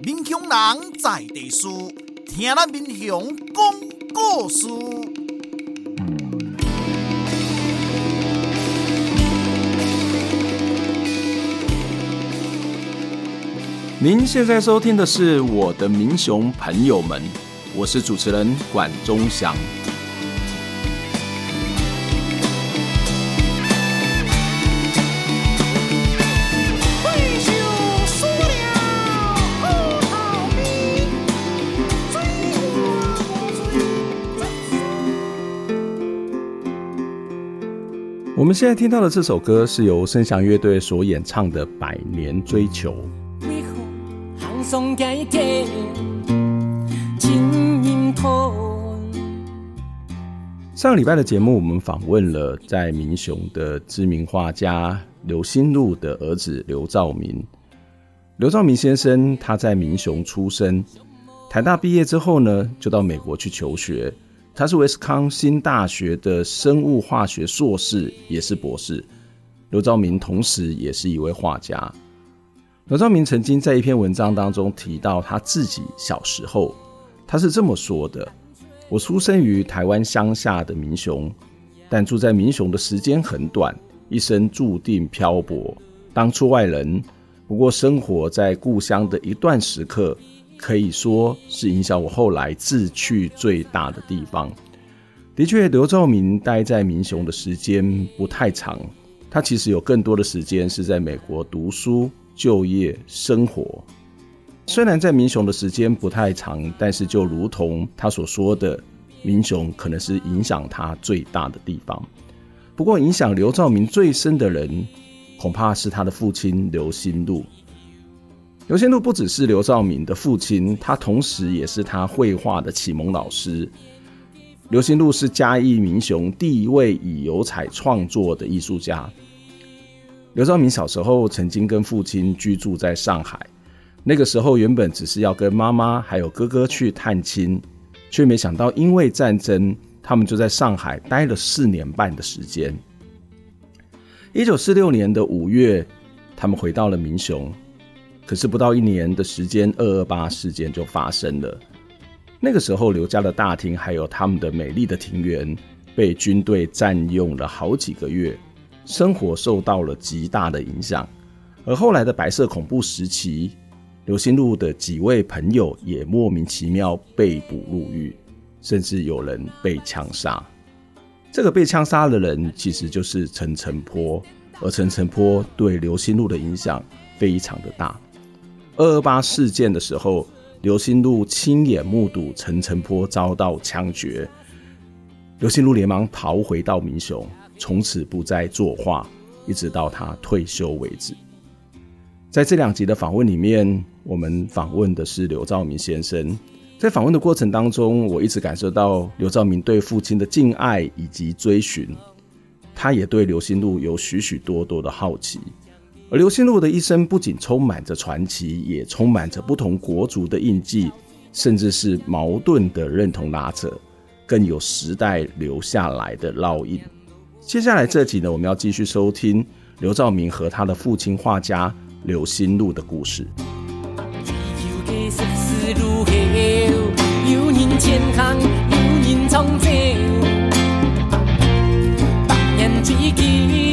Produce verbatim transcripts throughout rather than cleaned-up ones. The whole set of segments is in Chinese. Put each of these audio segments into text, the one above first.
民雄人在地事，听咱民雄讲故事。 您现在收听的是《我的民雄朋友们》，我是主持人管中祥。我们现在听到的这首歌是由声响乐队所演唱的《百年追求》。上个礼拜的节目，我们访问了在民雄的知名画家刘新禄的儿子刘兆民。刘兆民先生他在民雄出生，台大毕业之后呢，就到美国去求学。他是威斯康辛大学的生物化学硕士，也是博士。刘兆民同时也是一位画家。刘兆民曾经在一篇文章当中提到他自己小时候，他是这么说的：我出生于台湾乡下的民雄，但住在民雄的时间很短，一生注定漂泊，当出外人。不过生活在故乡的一段时刻，可以说是影响我后来志趣最大的地方。的确，刘兆民待在民雄的时间不太长，他其实有更多的时间是在美国读书、就业、生活。虽然在民雄的时间不太长，但是就如同他所说的，民雄可能是影响他最大的地方。不过影响刘兆民最深的人，恐怕是他的父亲刘新禄。刘新禄不只是刘兆民的父亲，他同时也是他绘画的启蒙老师。刘新禄是嘉义民雄第一位以油彩创作的艺术家。刘兆民小时候曾经跟父亲居住在上海，那个时候原本只是要跟妈妈还有哥哥去探亲，却没想到因为战争，他们就在上海待了四年半的时间。一九四六年的五月，他们回到了民雄。可是不到一年的时间，二二八事件就发生了。那个时候，刘家的大厅还有他们的美丽的庭园被军队占用了好几个月，生活受到了极大的影响。而后来的白色恐怖时期，刘新禄的几位朋友也莫名其妙被捕入狱，甚至有人被枪杀。这个被枪杀的人其实就是陈澄波，而陈澄波对刘新禄的影响非常的大。二二八事件的时候，刘新禄亲眼目睹陈澄波遭到枪决，刘新禄连忙逃回到民雄，从此不再作画，一直到他退休为止。在这两集的访问里面，我们访问的是刘兆民先生。在访问的过程当中，我一直感受到刘兆民对父亲的敬爱以及追寻，他也对刘新禄有许许多多的好奇。而刘新禄的一生不仅充满着传奇，也充满着不同国族的印记，甚至是矛盾的认同拉扯，更有时代留下来的烙印。接下来这集呢，我们要继续收听刘兆民和他的父亲画家刘新禄的故事。有人健康，有人从政，百年追求。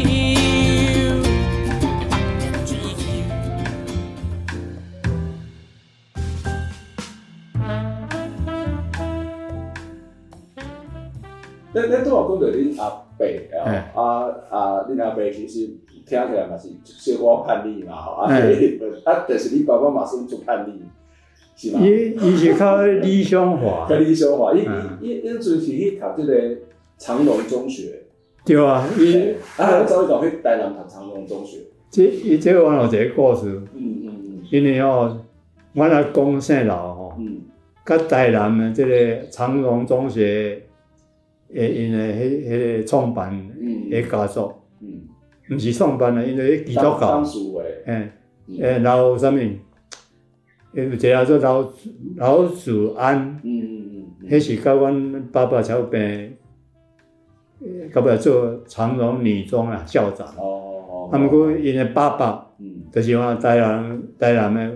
咱咱拄有讲到恁阿伯啊，啊，恁阿伯其实听起来嘛是小可叛逆嘛，啊，啊，但是恁爸爸嘛算做叛逆，是嘛？ 伊伊是较理想化， 较理想化。伊伊伊迄阵是去读这个长荣中学。 对啊，伊啊，早就去台南读长荣中学。 这伊这个有一个故事， 嗯嗯嗯， 因为吼，阮阿公姓老吼，嗯，甲台南的这个长荣中学。诶，因诶，迄迄个创办诶家族，嗯，毋是创办诶，因为基督教， 当属诶， 诶，诶，老啥物？有一个叫做老老子安，嗯嗯嗯，迄是甲阮爸爸才有病，到尾做长荣女中啊校长。哦哦。啊，毋过因诶爸爸，嗯，就是我台南台南诶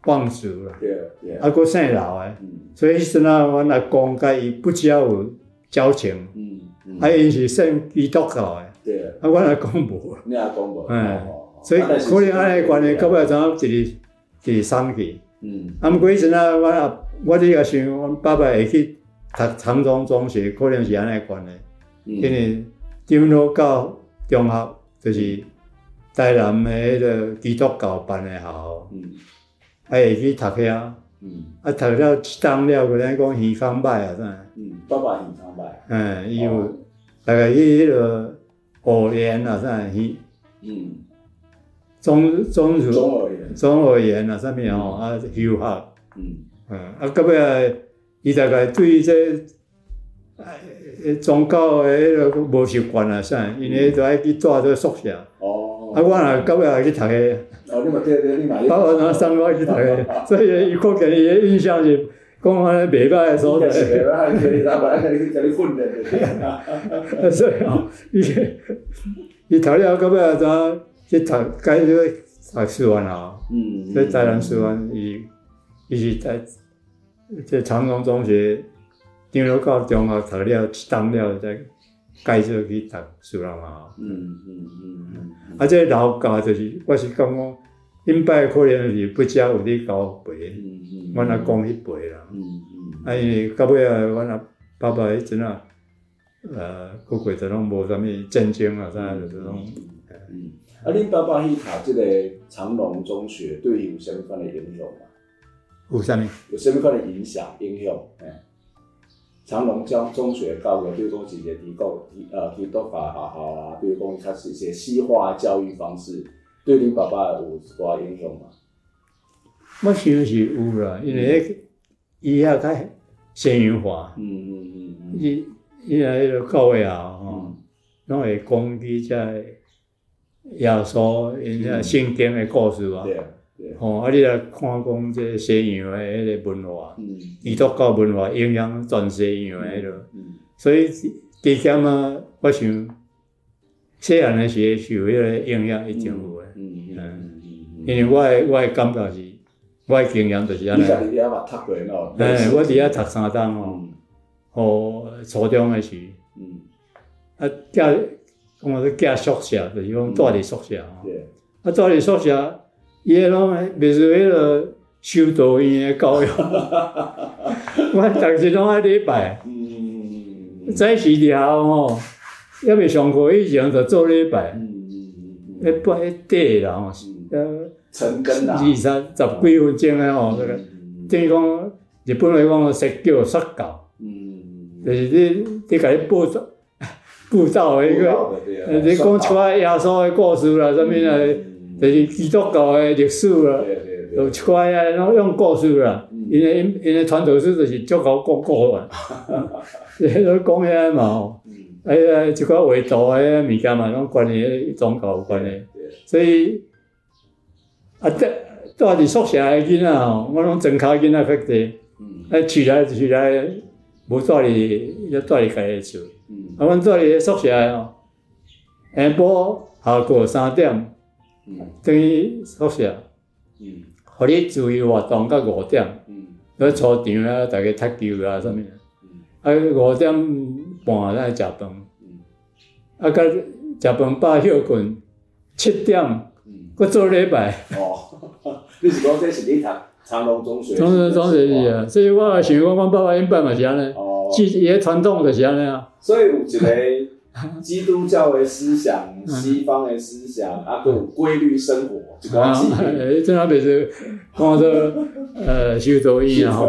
放肆啦， 对对， 啊，佫姓老诶， 嗯所以迄阵啊，阮阿公甲伊不只有交情， 嗯嗯， 啊，因是信基督教诶， 对， 啊，阮阿公无， 你阿公无， 嗯哦所以可能安尼关系，到尾怎一直一直送去。 嗯， 啊，毋过迄阵啊，阮阿我伫个想，阮爸爸会去读长中中学，可能是安尼关系， 嗯因为长老到中学就是台南诶迄个基督教办诶学校， 嗯， 啊会去读遐， 嗯， 啊读了一冬了，个咱讲耳康歹啊，啥？ 嗯，爸爸耳康歹， 嗯，伊有大概去迄个五年啊，啥耳嗯， 中中儒中耳炎， 中耳炎啊，啥物吼啊休学。 嗯嗯，啊，到尾伊大概对这诶宗教诶迄个无习惯啊，啥，因为都爱去住在宿舍。 哦， 啊，我若到尾也去读诶， 哦，你嘛对对，你嘛， 爸爸若送我去读诶，所以伊可见伊诶印象是讲安尼袂歹诶所在。 袂歹，叫你打扮，叫你叫你训练就对。 所以吼，伊伊读了到尾怎去读，改去读师范校， 嗯， 所以台南师范伊伊是在这长荣中学。长老到中学读了一冬了，再改做去读师范校。 嗯嗯嗯嗯。 啊，这老教就是，我是感觉，因摆可能是不只有伫交陪， 嗯嗯， 阮阿公迄辈啦。 嗯嗯。 啊，因为到尾啊，阮阿爸爸迄阵啊，呃，过过就拢无啥物战争啊，啥就是拢。 嗯。啊，恁爸爸去读即个长隆中学，对伊有啥物款的影响嘛？ 有啥物？ 有啥物款的影响影响？诶。长隆中中学教育，比如讲是一个提供提呃基督教学校啊，比如讲它是一些西化教育方式，对恁爸爸有一寡影响嘛？ 我想是有啦，因为伊遐较西洋化， 嗯嗯嗯嗯， 伊伊若迄个教会啊，吼，拢会讲起遮耶稣因遐圣经的故事啊。 对啊。 吼、哦，啊！你来看讲这西洋的迄个文化， 嗯， 基督教文化影响全西洋的迄、那个， 嗯， 所以加减啊，我想细汉的时候受迄个影响一定有诶， 嗯嗯嗯嗯， 因为我的我的感觉是，我的经验就是安尼。 你家己伫遐嘛读过喏？ 哎，我伫遐读三冬吼，吼初中的时， 嗯， 啊，寄讲说寄宿舍，就是讲住伫宿舍吼， 对， 啊，住伫宿舍。伊个拢袂是迄个修道院的教育，我逐日拢爱礼拜。 嗯， 早时伫校吼，还未上课以前就做礼拜， 嗯嗯嗯， 迄八迄底啦吼， 呃，成根啦， 二十十几分钟的吼，这个等于讲日本话讲说叫说教， 嗯， 就是你你甲你布道布道的迄个，你讲出来耶稣的故事啦，啥物啦。就是基督教的历史啦，就一寡啊，拢用故事啦。因为因因为传道书就是足够讲故啊，迄个讲遐嘛吼，哎呀，一寡画图的物件嘛，拢关于宗教有关系。所以啊，住住伫宿舍的囡仔吼，我拢装脚囡仔较济，啊，厝内厝内无住伫，要住伫家己厝。啊，阮住伫宿舍吼，下晡下过三點。嗯，等于宿舍，嗯，互你自由活动到五点，嗯，在操场啊，大家踢球啊，啥物，嗯，啊五点半咱食饭，嗯，啊，甲食饭饱休困，七点，嗯，搁做礼拜。 哦，你是讲这是你读长隆中学？ 长隆中学是啊，所以我也想讲，阮爸爸因摆嘛是安尼，哦，伊个传统就是安尼啊。 所以有一个。基督教的思想、西方的思想，啊，有规律生活，一寡字。 诶，真啊袂是看做呃修道院啊吼。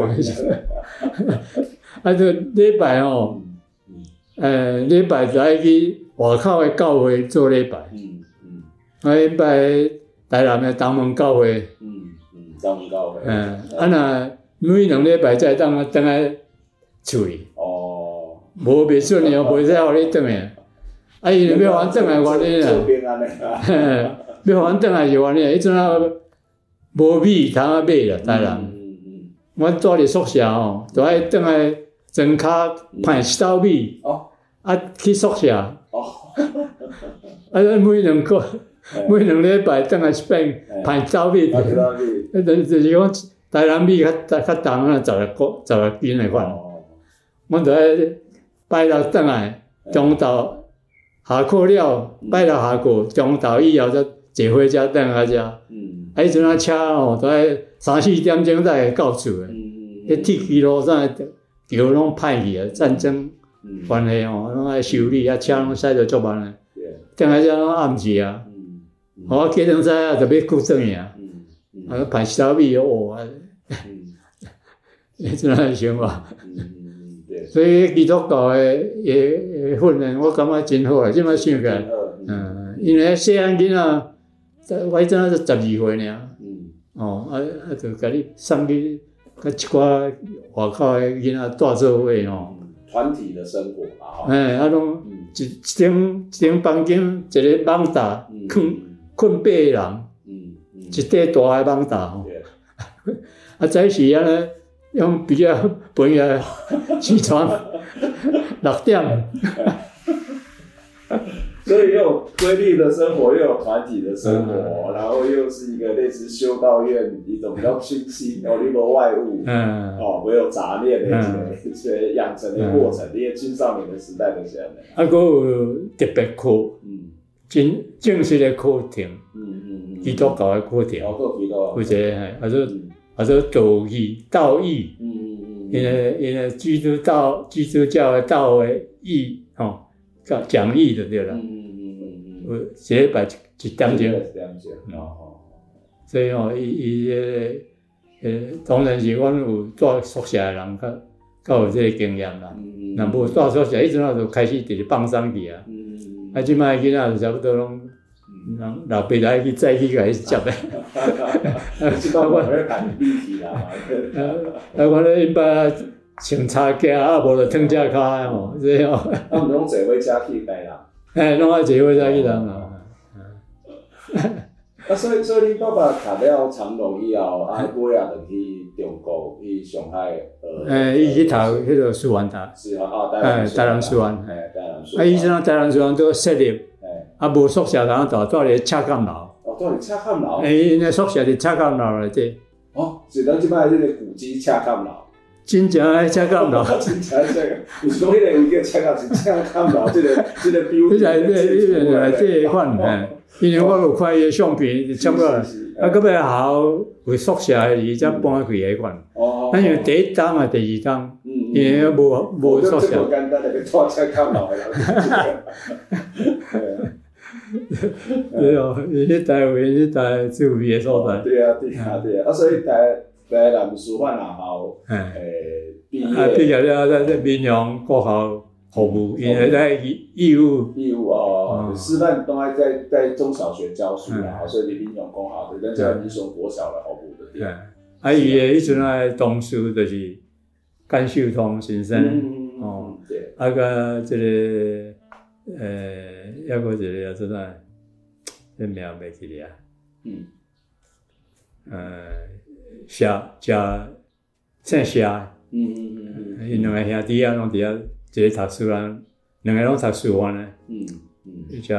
啊，这礼拜吼，呃，礼拜就爱去外口的教会做礼拜。嗯嗯。啊，因拜台南的东门教会。 嗯嗯，东门教会。 嗯，啊那每两礼拜才当当来厝里。哦。无袂准的哦，袂使互你转的。啊，伊要互阮转来原因啊，要互阮转来是原因。迄阵啊，无米通啊买啦，台南。阮住伫宿舍吼，就爱转来装脚派一斗米，啊去宿舍。啊，咱每两个每两礼拜转来一遍， 歹走米， 歹走米， 迄就就是讲台南米较较较重啊，十个个十个斤的款。阮就爱拜六转来，中昼下课了，拜六下课，中昼以後才坐火車轉來遮。嗯，啊，迄陣啊車吼，都愛三四點鐘才會到厝誒。嗯，迄鐵軌路啥橋攏歹去啊，戰爭關係吼，攏愛修理，啊車攏駛得足慢誒。轉來遮攏暗時啊，我計程車啊，就要過轉去啊，啊，歹小米哦，迄陣啊想法。所以基督教誒誒訓練，我感覺真好啊！即擺想起來，嗯，因為細漢囡仔，我迄陣才十二歲爾，哦，啊啊，就甲你送去，甲一寡外口誒囡仔帶做伙吼。 團體的生活啊， 誒，啊，攏一一間一間房間，一個網搭，困困八個人，一塊大誒網搭吼，啊，早時安尼。用比較半夜起床六點， 所以又有規律的生活，又有團體的生活，嗯、然後又是一個類似修道院一種比較清晰，哦，你無外物，嗯，哦，沒有雜念的一個養成的過程，你個青少年的時代就是安尼。啊， 還有特別課，嗯，正正式的課程，嗯嗯嗯，基督教的課程， 哦，個基督教， 或者係，或者。或者道義、道義，嗯嗯嗯，因為因為基督教、基督教的道的義，吼，講講義就對啦。嗯嗯嗯嗯嗯，一禮拜一一點鐘，哦，所以吼，伊伊誒誒，當然是阮有住宿舍的人較較有這個經驗啦。嗯嗯，若無住宿舍，迄陣啊就開始直直放鬆去啊。嗯嗯，啊，即擺囡仔就差不多攏。人老爸來去再去甲伊接誒， 即擺我咧幹立體啦， 啊，我咧因捌穿插架，啊，無就脫只骹吼，所以吼， 啊，毋攏坐火車去台南， 嘿，攏愛坐火車去台南。 啊，所以所以恁爸爸讀了長榮以後，啊，尾啊就去中國去上海， 呃，誒，伊去讀迄個師範大， 師範啊，台南台南師範， 嘿，台南師範， 啊，以前台南師範都設立。啊，無宿舍，通住住咧赤崁樓。 哦，住咧赤崁樓。 誒，因個宿舍伫赤崁樓內底。 哦，是咱即擺迄個古蹟赤崁樓。 真正誒赤崁樓。 真正赤崁，毋是講迄個有叫赤崁，是赤崁樓，即個即個標。迄個迄個內底款誒，因為我有看伊個相片，差不多。啊，嗰尾好有宿舍誒，才搬去迄款。哦。咱因為第一棟啊，第二棟，因為無無宿舍。 無簡單嚟去住赤崁樓誒。 對哦，伊迄台灣迄台最有名誒所在。 對啊，對啊，對啊，啊，所以台台南師範學校誒畢業， 啊，畢業了在在民雄國校服務，因為在義務。 義務哦，師範都喺在在中小學教書啦，所以你民雄國校對，咱在民雄國小來服務的。對， 啊，伊誒迄陣誒同事就是甘秀通先生，哦，啊個即個。誒，抑個一個啊，真係，啲名袂記哩啊。嗯。誒，謝謝姓謝。嗯嗯嗯嗯。因兩個兄弟啊，攏佇遐一個讀書啊，兩個攏讀師範咧。嗯嗯。伊叫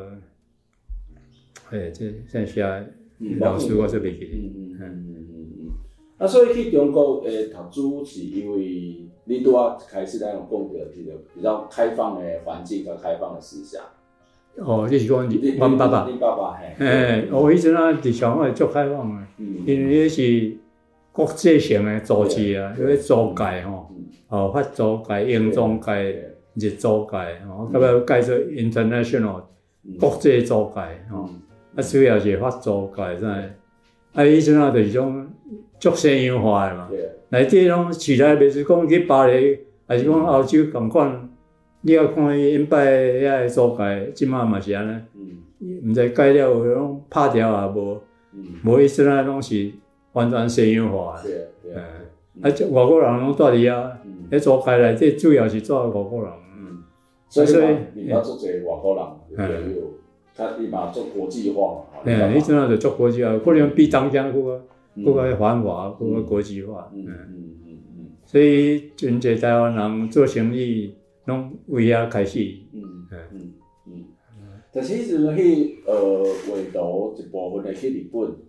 誒，即姓謝老師，我說袂記哩。嗯嗯嗯嗯嗯。啊，所以去中國誒讀書是因為。你拄仔開始咱有講到迄個比較開放的環境甲開放的思想。 哦，你是講你阮爸爸？ 你爸爸嘿。 嘿，我迄陣啊，佇上海足開放的，因為迄是國際性的組織啊，迄個租界吼，哦，法租界、英租界、日租界，吼，到尾改做 international 國際租界吼，啊，主要是法租界，真係，啊，迄陣啊，就是種足西洋化的嘛。內底攏起來，袂是講去巴黎，還是講歐洲共款。你要看伊因擺遐個租界，即馬嘛是安尼，毋知改了有攏拍掉也無，無伊陣啊攏是完全西洋化的。嗯，啊，外國人攏住佇遐，迄租界內底主要是住外國人。嗯， 所以你捌足儕外國人朋友，他伊嘛做國際化嘛。 嘿，迄陣啊就做國際化，可能比東京佫佫較繁華，佫較國際化。嗯嗯嗯嗯。所以真濟台灣人做生意，攏為遐開始。嗯嗯嗯。 但是迄陣迄呃畫圖一部分來去日本，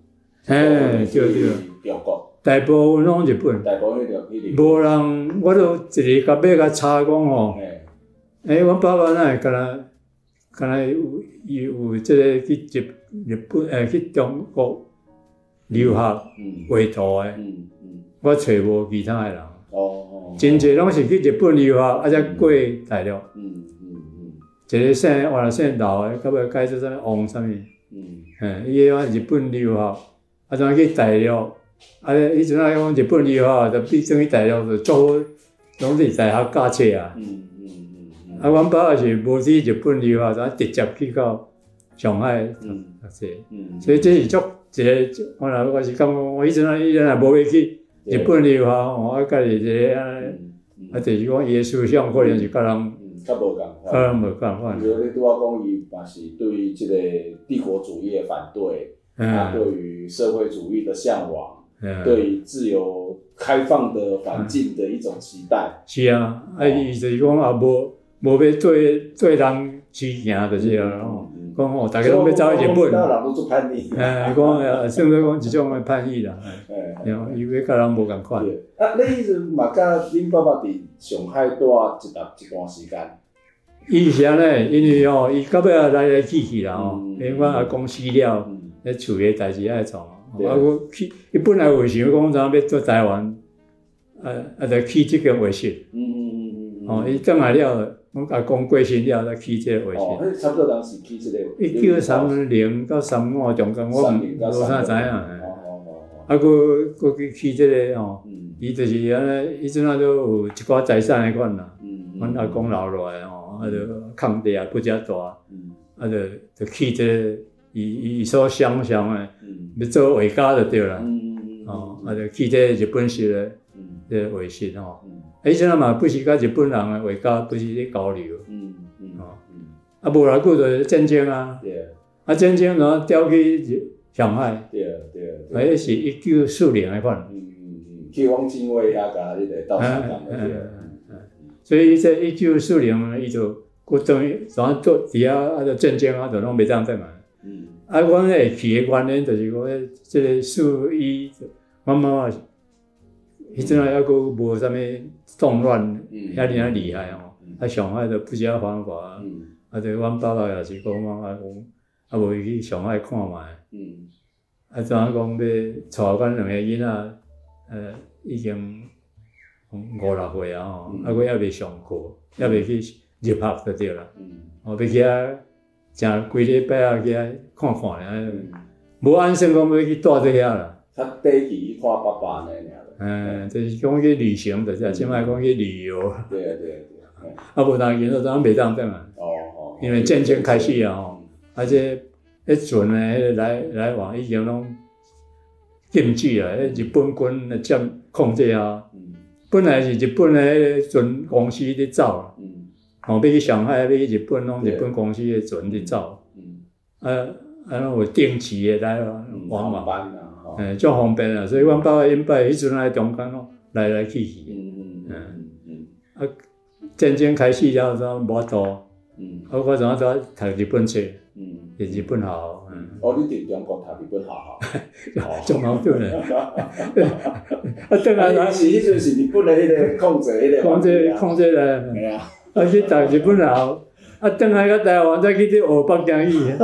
嘿，对对， 中国， 大部分拢日本， 大部分迄条迄里， 无人，我都一个甲尾甲查讲吼，诶，阮爸爸哪会敢若敢若有有即个去日日本诶去中国留学画图诶，我找无其他诶人。哦，真侪拢是去日本留学，啊，才过大陆。嗯嗯嗯，一个姓换了姓老诶，到尾改做啥物王啥物？嗯，嘿，伊个日本留学，啊，怎去大陆？啊，迄阵啊讲日本留学，就比转去大陆就做好，拢是大学教册啊。嗯嗯嗯。啊，阮爸也是无去日本留学，就直接去到上海读读册。嗯。所以这是足一个，我若我是感觉，我迄阵啊，伊若无要去日本留学，吼，啊，家己一个啊，啊，就是讲伊个思想可能是甲人， 较无共款， 甲人无共款。 就是你拄仔讲，伊嘛是对于即个帝国主义的反对，啊，对于社会主义的向往，对于自由开放的环境的一种期待。 是啊，啊，伊就是讲也无无要做做人欺行就是啊，吼。讲吼，大家拢要走去日本， 人都做叛逆。 哎，讲呃，算做讲一种诶叛逆啦。哎，伊要甲人无共款。 啊，你迄阵嘛甲恁爸爸伫上海住一段一段时间。 以前咧，因为吼，伊到尾也来来去去啦吼，因为我阿公死了，咧厝诶代志爱创。啊，我去，伊本来有想讲怎要做台湾，啊啊，着去即间画室。嗯嗯嗯嗯。哦，伊转来了。阮阿公过身了，才起即个画室。 哦，迄差不多当时起即个。 一九三零到三五中间，我无啥知影。哦哦哦。啊，佮佮去起即个吼，伊就是安尼，伊阵仔都有一寡财产诶款啦。嗯嗯。阮阿公留落来吼，啊，就空地也不遮大，嗯，啊，就就起即个伊伊所想象诶，要做画家就对啦。嗯嗯嗯。哦，啊，就起即个日本式诶，即个画室吼。迄阵仔嘛，不是甲日本人诶画家，不是咧交流。嗯嗯。哦。啊，无偌久就战争啊。对。啊，战争然后调去上海。对对。啊，迄是一九四零诶款。嗯嗯嗯。 去汪精卫遐甲迄个斗相共诶。嗯嗯。所以说一九四零，伊就佮等于然后做伫遐啊，就战争啊，就拢袂当转来。嗯。啊，阮会去诶原因就是讲，迄即个四一，阮妈妈。迄阵仔还佫无啥物动乱，遐尔啊厉害吼！啊，上海就不知影方法，啊，就阮爸爸也是讲讲啊，讲啊，无去上海看觅，啊，怎啊讲要带阮两个囡仔，呃，已经五六岁啊吼，啊，佫还袂上课，还袂去入学就对啦，哦，要去遐，诚规礼拜啊去遐看看尔，无按算讲要去住伫遐啦。 较短期去看爸爸呢尔。 嗯，就是讲去旅行，就是即摆讲去旅游。 对啊，对啊，对啊。 啊，无当然就当袂当转啊。哦哦。因为战争开始啊吼，而且迄船诶，迄来来往已经拢禁止啊，迄日本军来占控制啊。嗯。本来是日本诶船公司伫走啊。嗯。吼，要去上海，要去日本，拢日本公司诶船伫走。嗯。啊啊，有定期诶来往嘛。 班啊。 诶，足方便啊！所以阮爸爸因摆迄阵来中间咯，来来去去。嗯嗯嗯嗯。啊，战争开始了后，无法度。嗯。啊，我怎啊怎读日本册？嗯。伫日本校。嗯。 哦，你伫中国读日本校校？ 足矛盾诶。 啊，等下，是迄阵是日本诶迄个控制迄个。 控制控制咧。系啊。啊，去读日本校，啊，等下到台湾再去去学北京语。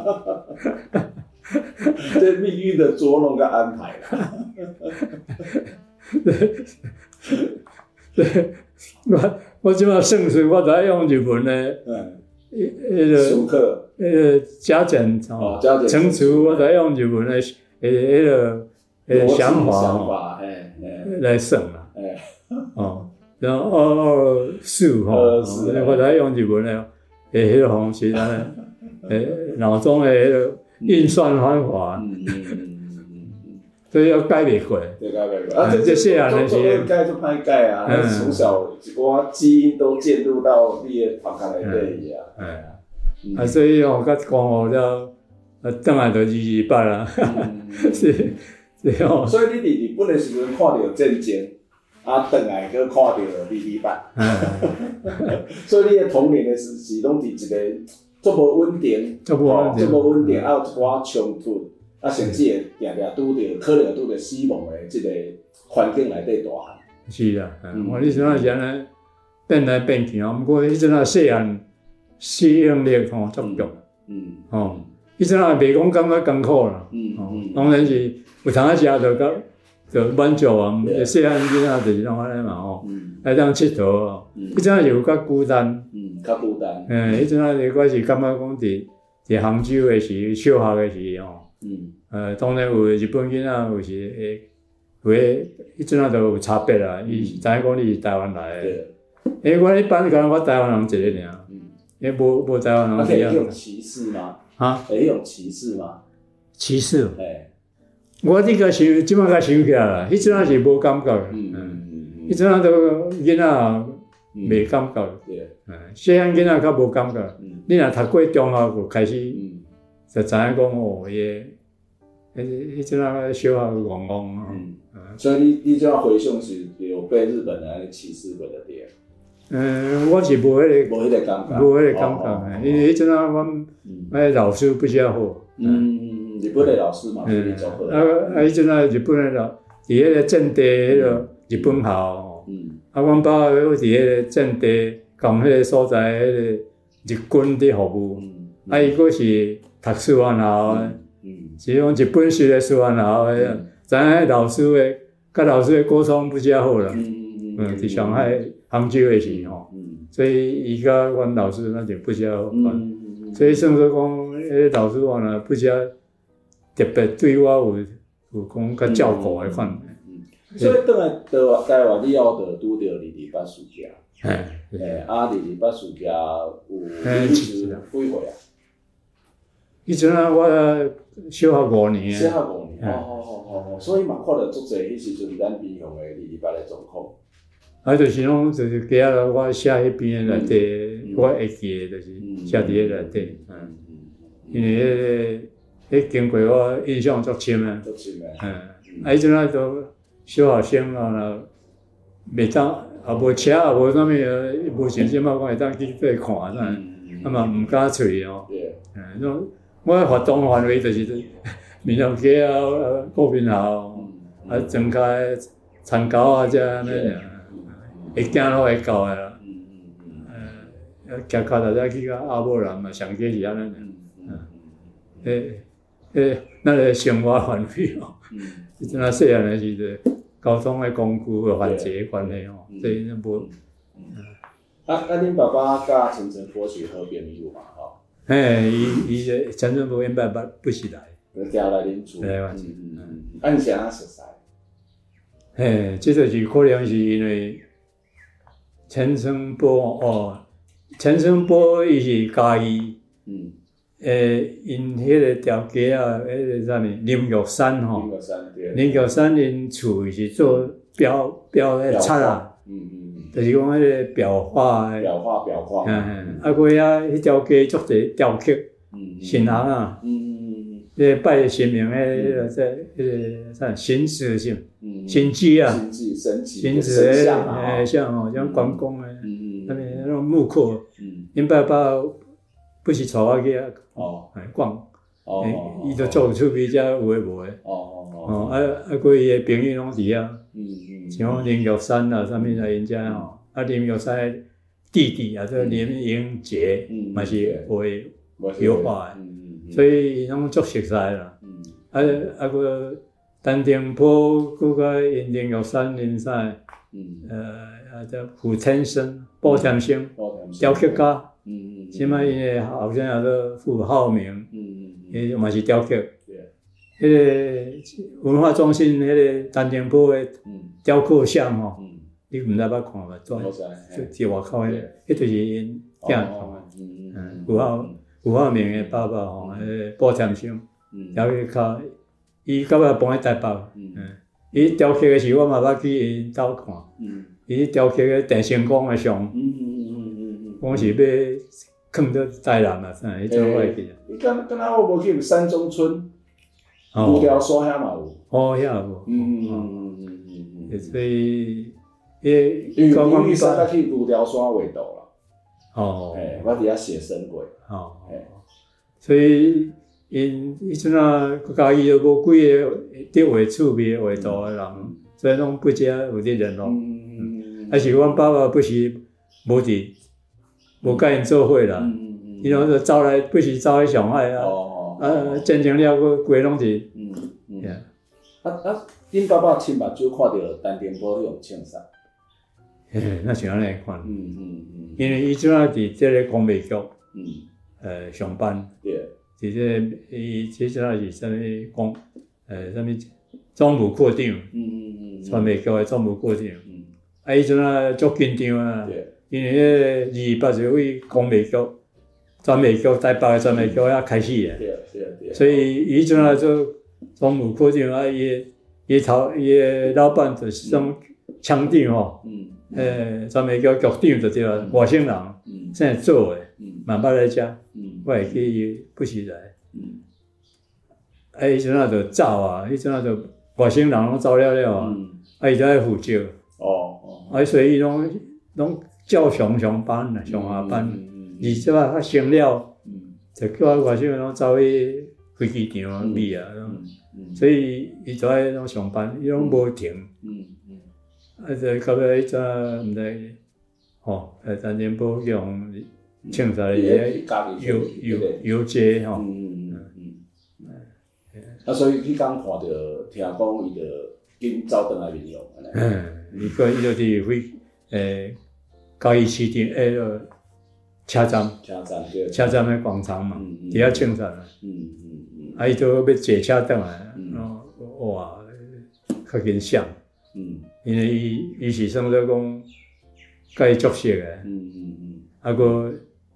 这命运的捉弄跟安排啦。 对，我我即马算数，我在用日文咧，迄迄个数课， 迄个加减哦，乘除，我在用日文咧，迄迄个迄个想法哦， 来算啦，哦，然后二二四吼，我在用日文咧，诶，迄个方式啊，诶，脑中诶迄个。运算方法，嗯嗯嗯嗯，所以要改袂过， 对，改袂过。啊，这这些啊，那些改就歹改啊，从小一寡基因都渐入到你的头壳内底啊。哎啊，啊，所以吼，甲讲学了，啊，转来就二二八啦，是是哦。 所以你伫日本的时阵看到战争，啊，转来搁看到二二八，所以你的童年的时期拢伫一个。足无稳定，足无稳定，啊有一寡冲突， 啊，甚至会定定拄着可能会拄着死亡的即个环境内底大汉。 是啦，嗯，我迄阵仔是安尼变来变去哦，毋过迄阵仔细汉适应力吼足强，嗯，吼，迄阵仔袂讲感觉艰苦啦，嗯嗯，当然是有通啊食着甲着满足啊，细汉囡仔就是拢安尼嘛吼，来当佚佗哦，迄阵仔就有较孤单，嗯， 较孤单， 嗯，迄阵仔我是感觉讲伫伫杭州的时小学的时吼，嗯，呃，当然有日本囡仔有时会。有诶，迄阵仔都有差别啦。伊知影讲你是台湾来诶，因为我一般讲我台湾人一个尔，因为无无台湾人。 那可以有歧视吗？啊，会有歧视吗？ 歧视？ 诶， 我这个想，即摆甲想起来啦，迄阵仔是无感觉诶。嗯嗯嗯。迄阵仔都囡仔袂感觉。对。嗯，细汉囡仔较无感觉。嗯。你若读过中学就开始，就知影讲哦，伊个。迄迄阵仔小学戆戆啊，嗯， 所以你你这样回想是有被日本人安歧视过的对？ 嗯，我是无迄个， 无迄个感觉， 无迄个感觉，因为迄阵仔阮迄老师比较好， 嗯，日本的老师嘛，比较好。 啊啊，迄阵仔日本的老，伫迄个阵地迄个日本校，嗯，啊，阮爸伫迄个阵地共迄个所在迄个日军伫服务，啊，伊佫是读师范校的。是讲日本式的师范校诶，知影老师诶，甲老师诶沟通比较好啦。嗯嗯伫上海、杭州诶时吼，所以伊甲阮老师那就比较好。嗯所以算说讲，迄个老师话呢，比较特别对我有有讲较照顾诶款。 嗯所以倒来倒台湾以后，就拄着二二八事件。嘿，诶，啊，二二八事件有历时几岁啊？ 迄阵仔我小学五年小学五年，哦哦哦哦，所以嘛看到足侪迄时阵咱边乡的二二八的状况。 啊，就是拢就是记啊，我写迄边内底，我会记的，就是写伫迄内底。嗯，因为迄迄经过我印象足深啊。 足深诶。 嗯，啊，迄阵仔都小学生啊，袂当也无车，也无啥物，无像即摆讲会当去去看啥，啊嘛毋敢出去哦。对。嗯，种。我活动范围就是民雄街啊、国民校啊、增加田沟啊，遮安尼尔，会行路会到诶啦。呃，行脚踏车去到阿母兰嘛，上街是安尼尔。嗯，诶诶，咱个生活范围哦，迄阵仔细汉诶时阵，交通诶工具有限制诶关系哦，所以无。 啊啊，恁爸爸甲陈澄波是好朋友嘛？吼。 嘿，伊伊个陈澄波因爸爸不是来， 就调来恁厝。 对，我是。嗯嗯。啊，你是安怎熟识？ 嘿，即就是可能是因为陈澄波哦，陈澄波伊是嘉义，嗯，诶，因迄个条街啊，迄个啥物林玉山吼，林玉山对，林玉山因厝是做裱裱迄漆啊，嗯嗯。就是讲迄个裱画诶， 裱画裱画， 嗯，啊，过啊，迄条街足侪雕刻，嗯，神人啊，嗯嗯嗯，迄个拜神明诶，迄个在迄个啥神子是，嗯，神迹啊， 神迹神迹， 神子诶，诶，像吼，像关公诶，嗯嗯，那边那种木刻，嗯，因爸爸不是带我去啊，哦，逛，哦，伊就做出味遮有诶无诶，哦哦哦，啊啊，过伊诶朋友拢伫遐。嗯嗯，像林玉山啊，啥物啊，因遮吼，啊林玉山弟弟啊，这林英杰嘛是会油画诶，所以拢足熟悉啦。啊啊个陈澄波，佮个因林玉山因啥，呃啊叫傅天生、鲍天生，雕刻家，嗯嗯，即摆因诶后生也做傅浩明，嗯嗯，伊嘛是雕刻。迄个文化中心，迄个陈澄波诶雕刻像吼，你毋知捌看无？在伫外口迄个，迄就是因囝创诶。嗯，胡浩胡浩明诶爸爸吼，迄个鲍天生，雕刻家，伊到尾搬去台北。嗯，伊雕刻诶时，我嘛捌去因兜看。嗯，伊雕刻诶郑成功诶像。嗯嗯嗯嗯嗯，讲是要囥到台南啊，啥？迄种我会记。 伊敢敢若我无去山中村。木雕刷遐嘛有， 哦，遐有，嗯嗯嗯嗯嗯，所以，诶， 因为因为啥去木雕刷画图啦，哦，诶，我伫遐写生过，哦，诶， 所以因迄阵啊，家己都无几个得画趣味画图的人，所以拢不只有伫联络。嗯，还是阮爸爸不是无伫，无甲因做伙啦。嗯，伊拢就走来，不是走去上海啊。哦。啊，战争了，佫规拢是。嗯嗯。 啊啊！恁爸爸亲目睭看到陈定波用枪杀。 嘿，那是安尼看。嗯嗯嗯。因为伊阵啊伫即个广美局，嗯，呃上班。对。伫这伊即阵啊是啥物广，呃啥物总务科长。嗯嗯嗯。传媒局的总务科长。嗯。啊，伊阵啊足紧张啊。对。因为迄二八就为广美局、传媒局、台北的传媒局遐开始诶。对对对。所以伊阵啊做总务科长啊，伊伊头伊诶老板就是种枪长吼。嗯。诶，传媒局局长就对了，外省人，嗯，现在做诶，嗯，蛮捌来遮，嗯，我会记伊不时来，嗯，啊，伊阵仔就走啊，伊阵仔就外省人拢走了了啊，嗯，啊，伊就爱负责，哦哦，啊，所以伊拢拢照常上班啦，上下班，而且啊，较升了，嗯，就叫外省人拢走去飞机场咪啊，嗯，所以伊就爱拢上班，伊拢无停，嗯。啊！就到尾迄阵毋知，吼，诶，陈定波叫互枪杀咧，游游游街吼。嗯嗯嗯。 啊，所以迄天看到，听讲伊就紧走转来民雄。 嗯，伊个伊就伫飞诶，嘉义市场诶个车站。 车站对。 车站诶广场嘛，伫遐枪杀啦。嗯嗯嗯。啊，伊就要坐车转来，哦，哇，较紧想。嗯。因为伊伊是算做讲，甲伊足熟诶，嗯嗯嗯，啊个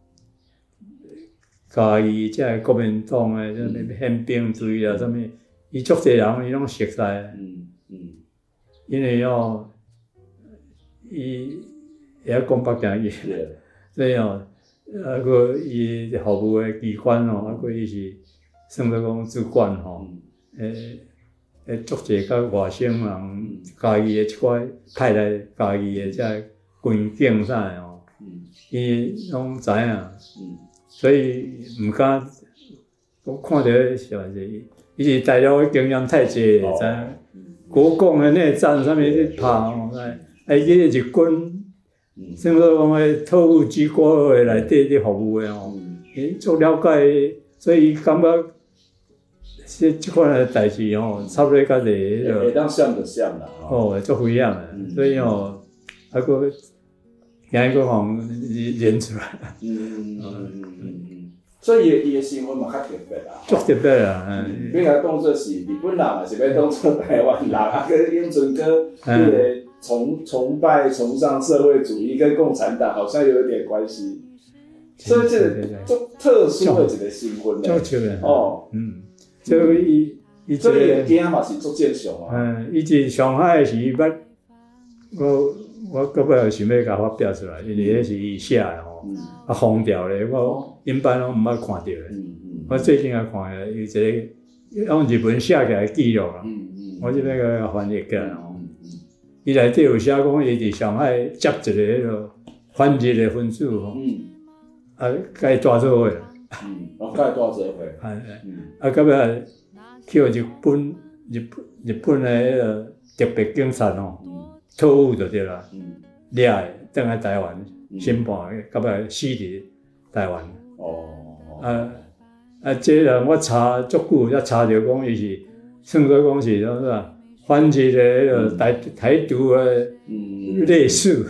家己即个国民党诶，啥物宪兵罪啊，啥物，伊足侪人伊拢熟悉，嗯嗯，因为哦，伊会晓讲北京语，所以哦，啊个伊服务诶机关哦，啊个伊是算做讲主管吼，诶。诶，足侪甲外省人家己诶即块派来家己诶，即个军警啥诶吼，伊拢知影，所以毋敢。我看到是话是，伊是大陆诶经验太济，知影国共诶内战啥物去拍吼，哎，伊个日军，算做讲诶特务机构诶内底咧服务诶吼，伊足了解，所以伊感觉。即即款诶代志吼，差不多较侪个。会当想就想啦， 哦，足不一样诶，所以吼，还佫今日佫互演出来。嗯嗯嗯嗯，所以伊伊诶身份嘛较特别啦。 足特别啦， 嗯。你甲当作是日本人，还是要当作台湾人？啊，跟永存哥迄个崇崇拜、崇尚社会主义跟共产党好像有一点关系。所以这个足特殊诶一个身份咧。 足特哦， 嗯。所以伊伊这个囝嘛是足正常啊。 嗯，伊伫上海时捌，我我到尾想要甲发表出来，因为迄是伊写诶吼，啊封掉咧，我因班拢毋捌看到诶。嗯嗯。我最近也看诶，有一个用日文写起来记录啦。嗯嗯。我即要甲翻译起来吼。伊内底有写讲，伊伫上海接一个迄个反日诶分子吼。嗯。啊，甲伊抓做伙。 嗯，我甲伊带做伙。 哎哎，啊，到尾去互日本日本日本诶迄个特别警察吼，特务就对啦，掠诶，转来台湾审判，到尾死伫台湾。哦。啊啊，这人我查足久，才查着讲伊是算做讲是啥物反日诶迄个台台独诶烈士。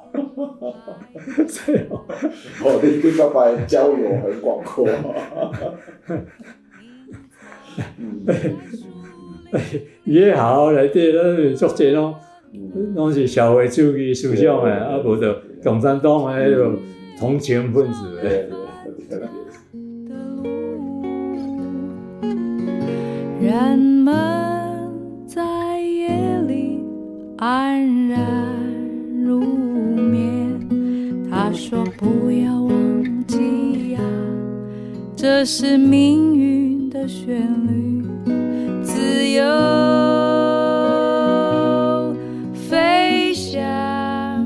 对哦，哦，你你爸爸交友很广阔。 嗯，伊迄校内底咱足侪拢，拢是社会主义思想诶，啊无着共产党诶迄个同情分子诶。人们在夜里安然入眠。他说不要忘记呀，这是命运的旋律，自由飞翔，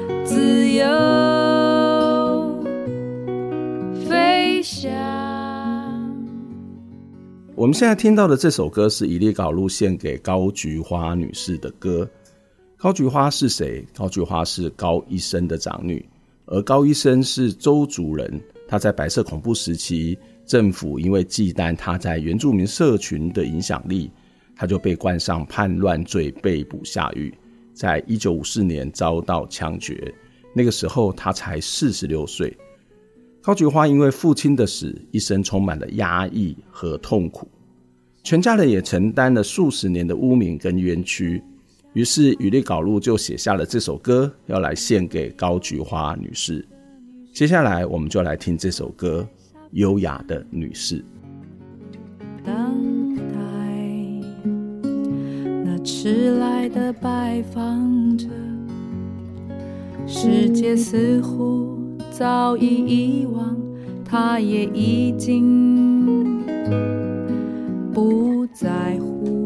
自由飞翔。 我们现在听到的这首歌是伊利皋路献给高菊花女士的歌。高菊花是谁？高菊花是高一生的长女，而高一生是邹族人。他在白色恐怖时期，政府因为忌惮他在原住民社群的影响力，他就被冠上叛乱罪，被捕下狱。在一九五四年遭到枪决，那个时候他才四十六岁。高菊花因为父亲的死，一生充满了压抑和痛苦，全家人也承担了数十年的污名跟冤屈。于是伊利皋路就写下了这首歌，要来献给高菊花女士。接下来我们就来听这首歌《优雅的女士》。 等待那迟来的拜访者，世界似乎早已遗忘，他也已经不在乎。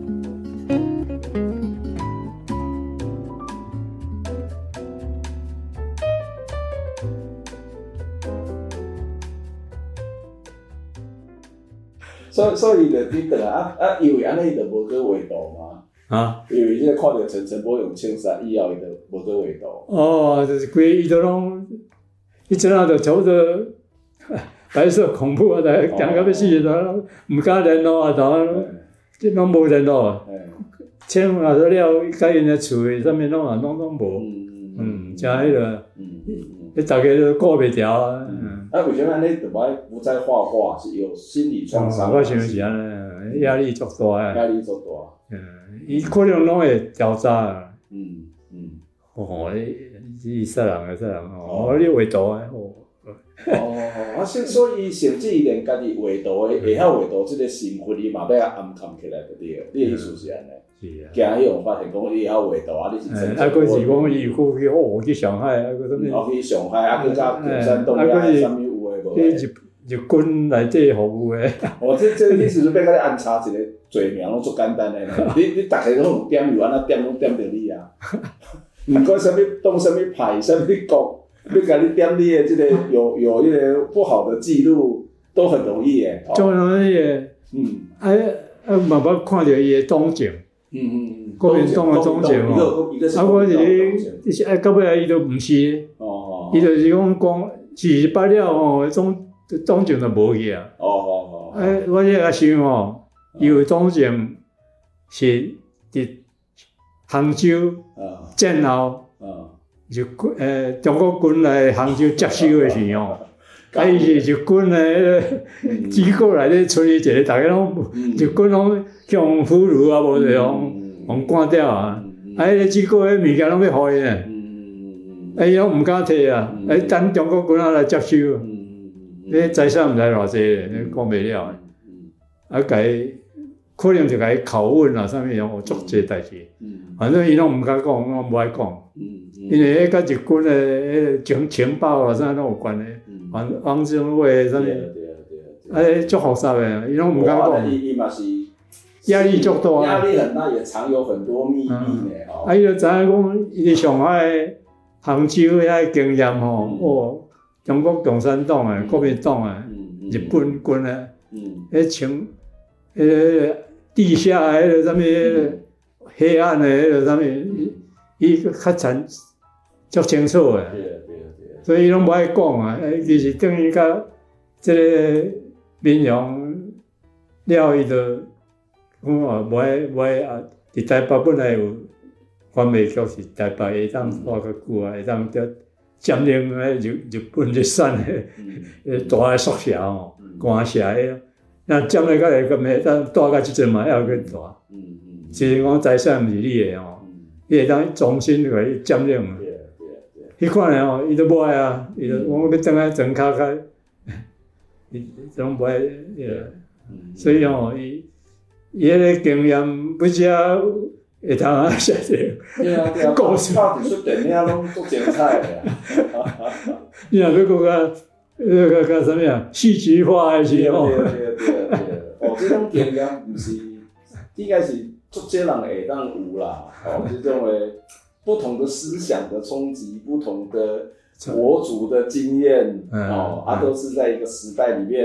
所以所以就你倒来啊啊，因为安尼伊就无去画图嘛。啊，因为即个看到陈澄波用青纱以后，伊就无去画图。 哦，就是规伊都拢，伊阵仔就差不多白色恐怖啊，来行到要死都毋敢联络啊，都即拢无联络。签若做了，甲因的厝诶，啥物拢啊，拢拢无。嗯，真迄个，你大家都过袂调啊。 啊，为什么安尼就无不再画画？是有心理创伤？ 我想是安尼，压力足大诶。 压力足大。 嗯，伊可能拢会调查啊。 嗯嗯。 哦，伊杀人诶，杀人哦，你画图诶，哦。 哦，啊，所以甚至连家己画图诶，会晓画图即个身份，伊嘛要甲暗藏起来就对了。你诶意思是安尼？是啊。惊迄种发现讲伊会晓画图啊，你是真。 啊，佫是讲伊去哦去上海，啊佫啥物？ 哦，去上海，啊佫甲中山东遐啥物有诶无诶？ 日日军内底服务诶。 哦，这这你是不是要甲你安插一个罪名拢足简单诶？你你逐个拢有点有安那点拢点着你啊？毋管啥物当啥物派，啥物国。你甲你点你的这个有有一个不好的记录，都很容易诶。 就容易诶。嗯。啊啊，慢慢看到伊的动静。嗯嗯嗯。国民党的动静哦。啊，我是伊是啊，到尾啊，伊都毋是。哦哦。伊就是讲讲，是罢了吼，总动静就无去啊。哦哦哦。啊，我这个想吼，伊有动静是伫杭州战后。嗯。日军诶，中国军来杭州接收诶时候，啊，伊是日军诶迄个机构内底出去一个，逐个拢日军拢向俘虏啊，无就用用赶掉啊，啊，迄个机构诶物件拢要互伊诶，啊，伊拢毋敢摕啊，啊，等中国军啊来接收，迄财产毋知偌济咧，讲袂了诶，啊，甲伊可能就甲伊拷问啊，啥物样有足济代志，反正伊拢毋敢讲，拢无爱讲。因为迄甲日军诶情情报啊啥拢有关系，王王政委啥物，哎，足复杂诶，伊拢毋敢讲。 伊伊嘛是压力足大。 压力很大，也藏有很多秘密咧。 啊，伊就知影讲，伊伫上海、杭州遐经验吼，哦，中国共产党诶、国民党诶、日本军诶，迄情，迄个地下诶，迄个啥物，黑暗诶，迄个啥物，伊较残。足清楚诶，对啊对啊对啊，所以伊拢无爱讲啊，诶，其实等于甲即个民众了，伊就讲哦，无爱无爱啊，伫台北本来有关媒局是台北会当活较久啊，会当得占领诶日日本日产诶诶大诶宿舍吼，官舍诶，那占领甲会咁诶，当大甲即阵嘛还佫大，嗯嗯，是讲财产毋是你诶吼，伊会当重新甲伊占领。迄款诶吼，伊都无爱啊，伊就讲要转来转骹较，伊拢无爱迄个，所以吼，伊伊迄个经验不只会当啊写着故事， 拍一出电影拢足精彩诶啊！ 你若要讲甲迄个甲啥物啊，戏剧化诶时候， 对对对对，哦，即种经验毋是应该是足济人会当有啦，哦，即种诶。不同的思想的冲击，不同的国族的经验，哦，啊，都是在一个时代里面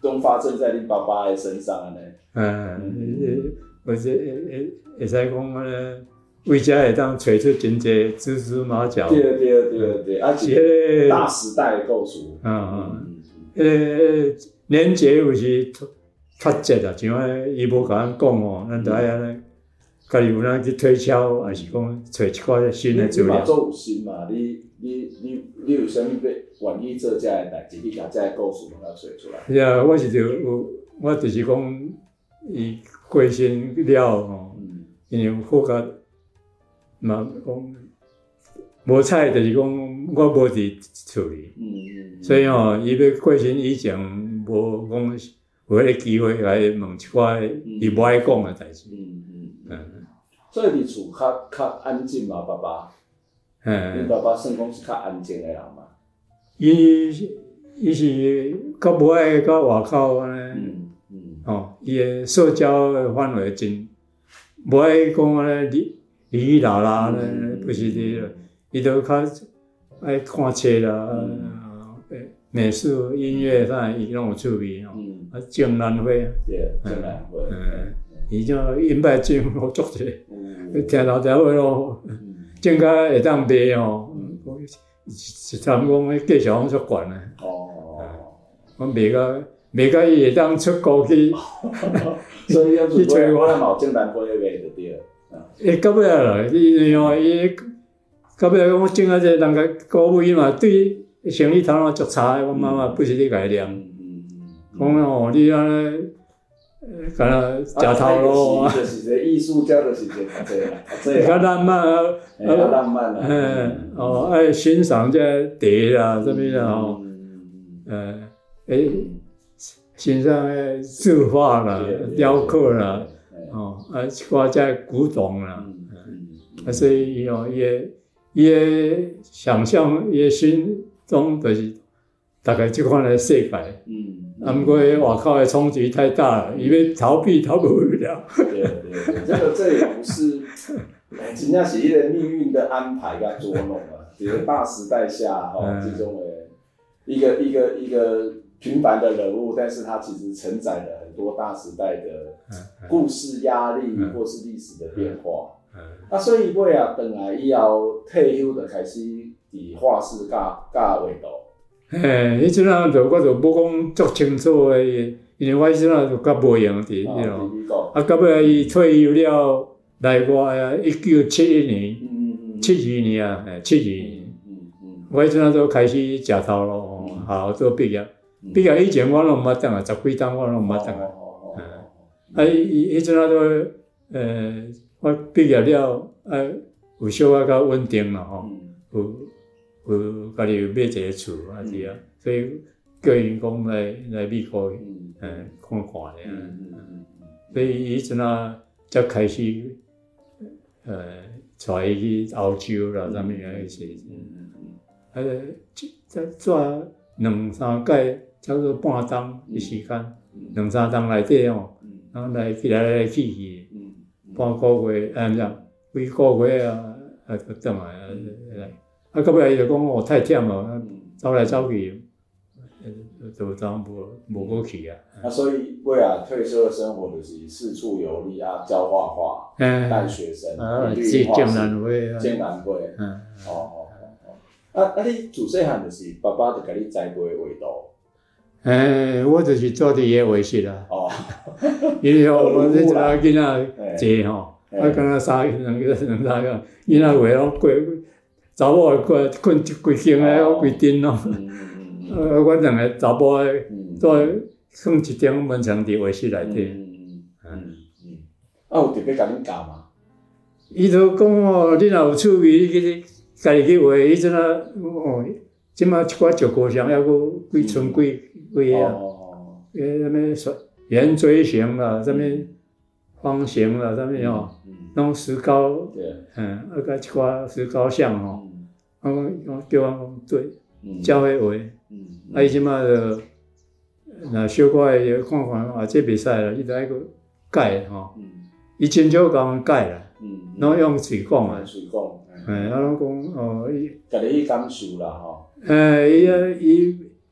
都发生在你爸爸的身上呢。 嗯，或者会会使讲咧，为遮会当找出真侪蛛丝马脚。 对对对对，啊，是大时代的构筑。 嗯嗯，迄个连结有时脱节啊，像啊，伊无甲咱讲哦，咱着爱安尼，家己有咱去推敲，还是讲找一寡新的资料。 你嘛做有心嘛，你你你你有啥物要愿意做遮个代志，你甲遮个故事拢要找出来。 是啊，我是着有，我就是讲，伊过身了吼，因为我甲嘛讲无彩，就是讲我无伫厝里，嗯嗯，所以吼，伊要过身以前无讲有迄个机会来问一寡伊无爱讲的代志。嗯嗯嗯。 所以伫厝较较安静嘛，爸爸。嗯。你爸爸算讲是较安静的人嘛？ 伊伊是较无爱到外口安尼。嗯嗯。哦，伊的社交的范围真无爱讲安尼哩哩啦啦咧，不是哩。伊都较爱看册啦，诶，美术、音乐啥，伊拢有趣味吼。啊，江南花， 对，江南花，嗯， 伊种音乐真好足者，听老条话咯，种甲会当卖吼，一谈讲迄价钱拢足悬诶。哦，我卖甲卖甲伊会当出国去， 所以要去找我来毛江南花卖就对了。 诶，到尾啦，伊吼伊。到尾讲，我种啊，这人家鼓舞伊嘛，对生意头脑足差的。我妈妈不是你家念，讲哦，你安尼，干那食头路啊。 就是个艺术家，就是个读这啦，读这。 较浪漫啊， 较浪漫啊。 嗯，哦，爱欣赏这茶啦，什么啦吼，呃，诶，欣赏诶字画啦、雕刻啦，哦，啊，一寡这古董啦，啊，所以伊哦，伊诶。伊诶想象，伊诶心中就是大概即款诶世界。嗯。啊，毋过外口诶冲击太大了，伊要逃避逃不了。 对对对，这个这也不是，真正是迄个命运的安排甲捉弄啊。这个大时代下，吼、哦，这种诶一个一个一个平凡的人物，但是他其实承载了很多大时代的故事、压力或是历史的变化。啊，所以尾啊，转来以后退休就开始伫画室教教画图。 嘿，迄阵啊，就我就无讲足清楚诶，因为我迄阵啊就较无用伫迄咯。啊，到尾伊退休了来我啊，一九七一年，嗯嗯七二年啊，诶，七二年，嗯嗯，我迄阵啊就开始食头路，吼，好做毕业，毕业以前我拢毋捌当啊，十几档我拢毋捌当啊。啊，伊迄阵啊都呃。我毕业了，啊，有小可较稳定啦吼，有有家己有买一个厝啊是啊，所以叫因讲来来美国，嗯，看看咧，所以迄阵啊才开始，呃，带伊去欧洲啦，啥物啊迄些，啊，再做两三届，差不多半冬的时间，两三冬内底吼，然后来去来来去去。半个月，安怎几个月啊，啊，就转来啊，啊，到尾伊就讲哦，太忝了，走来走去，就当无无过去啊。 啊，所以尾啊，退休的生活就是四处游历啊，教画画，带学生， 啊，去江南花啊， 江南花，嗯，哦哦哦，啊啊，你自细汉就是爸爸就甲你栽培画图。 诶，我就是做伫个画室啦。哦，因为吼，我迄阵啊囡仔济吼，啊，敢若三两个两三个囡仔画拢过，查某过困一规间诶，我规阵咯。呃，我两个查某诶，做放一张门墙伫画室内底。嗯嗯嗯。啊，有特别甲恁教吗？ 伊就讲哦，你若有趣味，你去家己去画。迄阵啊，哦，即马一寡石膏像，还佫几寸几。几个啊？诶，什么圆锥形啦，什么方形啦，什么吼，拢石膏，嗯，啊，甲一寡石膏像吼，我讲叫我讲对，教迄画，啊，伊即马就若小可诶看看，啊，这袂使啦，伊就爱个改吼，伊真少甲阮改啦，拢用嘴讲啊， 嘴讲， 诶，啊，拢讲哦，伊家己去感受啦吼， 诶，伊啊，伊。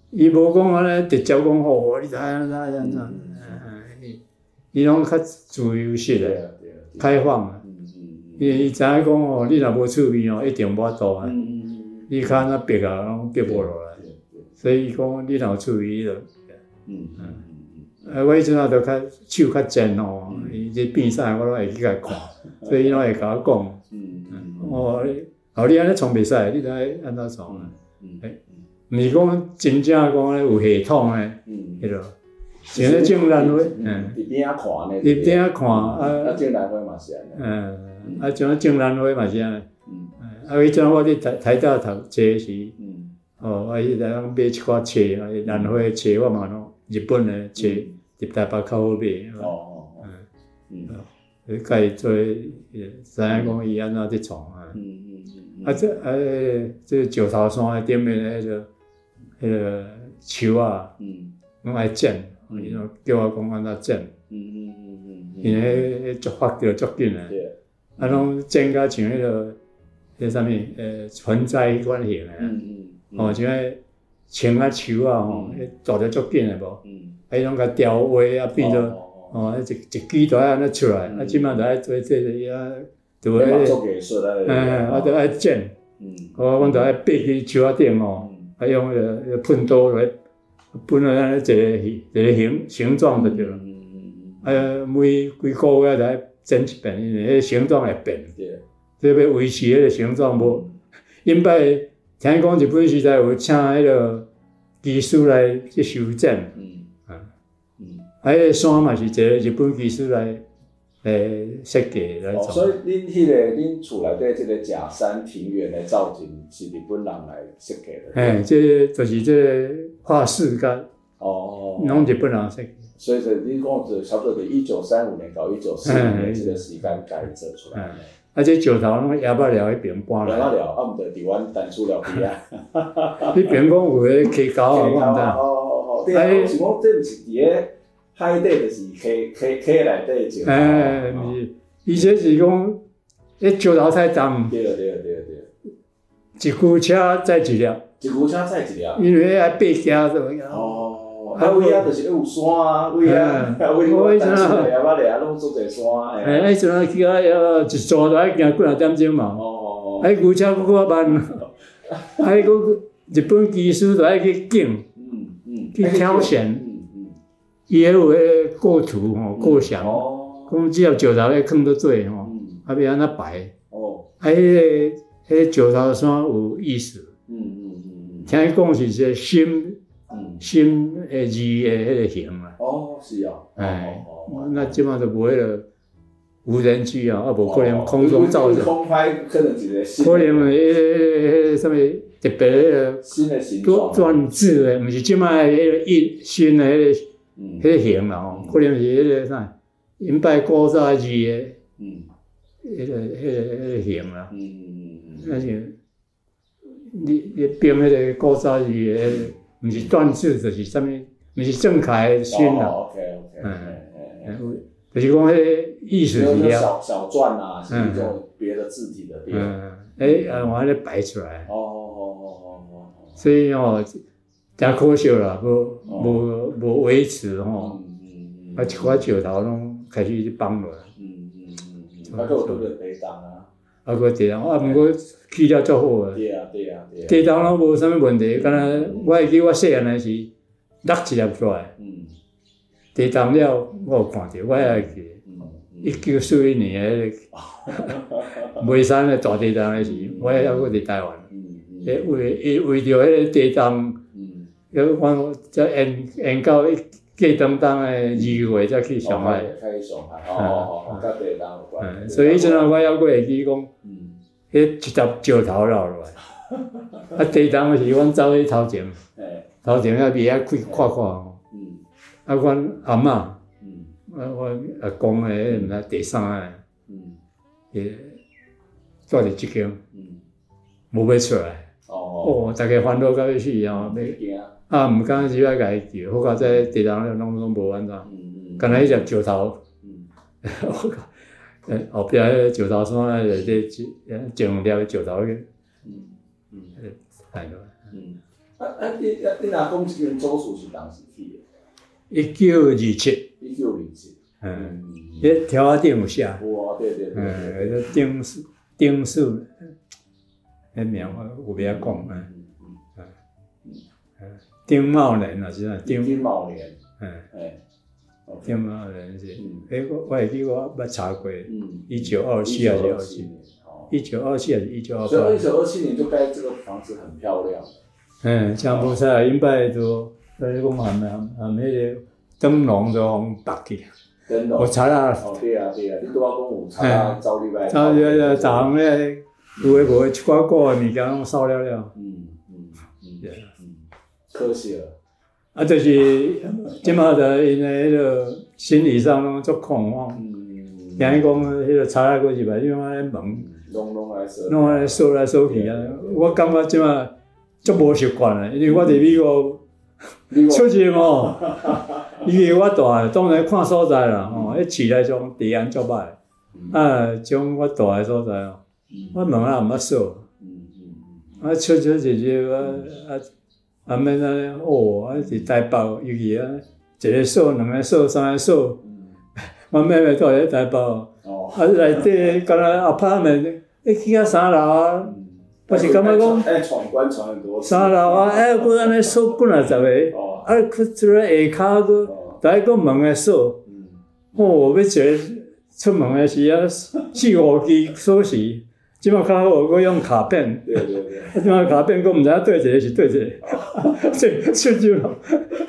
伊无讲安尼直接讲吼，你知安怎安怎，伊伊拢较自由式的，开放啊。伊伊知影讲吼，你若无趣味吼，一定无法度啊。你较安怎逼啊，拢逼无落来。所以伊讲你若有趣味就，嗯嗯。啊，我迄阵啊，著较手较贱吼，伊这变啥我拢会去甲伊看，所以伊拢会甲我讲。嗯嗯。哦，后你安尼创袂使，你著爱安怎创啊？诶，毋是讲真正讲咧有系统诶，迄落。像咧种兰花，嗯， 伫边仔看呢， 伫边仔看啊， 啊种兰花嘛是安尼， 嗯，啊像种兰花嘛是安尼，嗯，啊迄阵我伫台台大读册时，嗯，哦，我迄阵买一寡册，啊，兰花的册我嘛拢日本的册，伫台北较好买，哦哦哦，嗯，嗯，甲伊做，知影讲伊安怎伫创啊，嗯嗯嗯，啊这啊这石头山的顶面的迄个迄个树啊，嗯，拢爱剪。伊拢叫我讲安怎剪，嗯嗯嗯嗯，因为迄竹发着足紧诶，啊，拢剪甲像迄个迄啥物诶盆栽迄款型诶，嗯嗯，哦，像迄青啊树啊吼，迄做着足紧诶无，嗯，啊，伊拢甲雕花啊变做，哦，一一枝都爱安尼出来，啊，即摆著爱做这个啊，著爱做艺术啊， 哎，啊，著爱剪，嗯，我阮著爱爬去树仔顶吼，啊，用迄个喷刀来。本来安尼一个一个形形状就对了，啊，每几个月来整一遍，因为迄形状会变，所以要维持迄个形状无。因摆听讲日本时代有请迄个技师来去修剪，啊，啊，迄个山嘛是一个日本技师来来设计来做。 哦，所以恁迄个恁厝内底即个假山庭园的造景是日本人来设计的。 嘿，这就是这个画室甲哦，拢日本人设计。 所以说你讲就差不多伫一九三五年到一九四五年这个时间改做出来。 啊，这石头拢亚伯寮迄边搬来。 亚伯寮，啊，毋着伫阮淡水寮边啊。 迄边讲有迄溪沟啊，我毋知。 哦哦哦，对啊，是讲这毋是伫咧海底，就是溪溪溪内底石头。 哎，毋是，伊这是讲，迄石头太重。 对了对了对了对了。 一具车载一粒。 一具车载一粒。 因为爱爬行做。 哦。啊，位啊，就是有山啊，位啊，啊位我淡水亚伯寮拢做者山诶。 哎，迄阵啊去啊，一坐就爱行几啊点钟嘛。哦哦哦。啊，牛车搁较慢。啊，迄个日本技师就爱去拣，嗯嗯，去挑选，嗯嗯，伊迄有迄构图吼，构想，讲只要石头咧放得做吼，啊要安怎摆。哦。啊，迄个迄个石头山有意思。嗯嗯嗯。听伊讲是一个心。心诶字诶迄个形啊。 哦，是啊。 哎，那即摆就无迄个无人机啊，啊无可能空中造的。 空拍可能一个新。 可能迄个迄个啥物特别迄个。 新的形状。 专制诶，毋是即摆迄个印新诶迄个迄个形啦吼，可能是迄个啥，因摆古早字诶，嗯，迄个迄个迄个形啦。嗯嗯嗯。那是你你编迄个古早字诶。毋是断字，就是啥物？毋是正楷的新啦。 哦 ，OK OK。嗯嗯，就是讲迄个意思是了。 小小篆啊，是一种别的字体的变。 嗯，诶，啊，我咧摆出来。 哦哦哦哦哦。 所以哦，真可惜啦，无无无维持吼。嗯嗯嗯。啊，一寡石头拢开始去崩落。嗯嗯嗯。 啊，佫有做地动啊。 啊，佫地动，啊，毋过去了足好啊。 对啊，对啊，对啊。 地动拢无啥物问题，敢若我会记我细汉诶时，落一粒出来。嗯。地动了，我有看着，我也会记。嗯。一九四一年诶，眉山诶大地动诶时，我也还佫伫台湾。嗯嗯。诶，为伊为着迄个地动，嗯，要我才研研究过当当诶二月才去上海。 开始上海，哦哦哦，甲地动有关。 所以迄阵啊，我还佫会记讲。迄一沓石头落落来，啊地动是阮走去头前，头前遐边遐开看看吼，啊阮阿嬷，啊阮阿公诶，毋知第三个，诶，住伫即间，无要出来，哦，逐个烦恼到要死哦，要啊毋敢只要甲伊救，好佳在地动了拢拢无安怎，干那迄只石头，我靠！诶，后壁迄个石头山内底种了石头个，嗯嗯，系咯，嗯， 啊啊！你你若讲即间祖厝是当时起的？ 一九二七。 一九二七。 嗯，迄条仔顶有写。 哇，对对对。 嗯，迄丁树丁树，迄名我有袂晓讲啊。嗯嗯。丁茂年啊，是啊， 丁丁茂年。 嗯。 哎。 丁茂年是。嗯。诶，我我会记我捌查过。 嗯。 一九二七还是二七年？一九二七还是一九二八？ 所以一九二七年就盖这个房子很漂亮。 嗯，像不赛因摆都，所以讲含含含迄个灯笼都互拔去。 灯笼。 有插啊。 哦，对啊对啊，你拄仔讲有插啊，走礼拜。 走礼拜，逐项咧有诶无诶，一寡古诶物件拢扫了了。 嗯嗯嗯。嗯。可惜了。 啊，就是即马的因诶迄个心理上拢足恐慌。嗯。惊伊讲迄个插啊过入来，你看咧门。 拢拢来扫， 拢来扫来扫去啊！我感觉即马足无习惯啊，因为我伫美国出去吼，因为我大当然看所在啦，吼，迄市内种治安足歹，啊，种我大诶所在哦，我门啊毋捌扫，啊，出出入入啊啊，啊免安尼哦，啊伫台北，尤其啊，一个扫，两个扫，三个扫，我妹妹住伫台北。啊！内底敢若阿拍面，你去到三楼啊，我是感觉讲， 哎，闯关闯很多。 三楼啊，哎，佮安尼数几啊十个，啊，佮做咧下骹佮，逐个佮门诶数，哦，要一个出门诶时啊，四五支锁匙，即摆较好，佮用卡片， 对对对， 啊，即摆卡片佮毋知影对一个是对一个，这出就咯，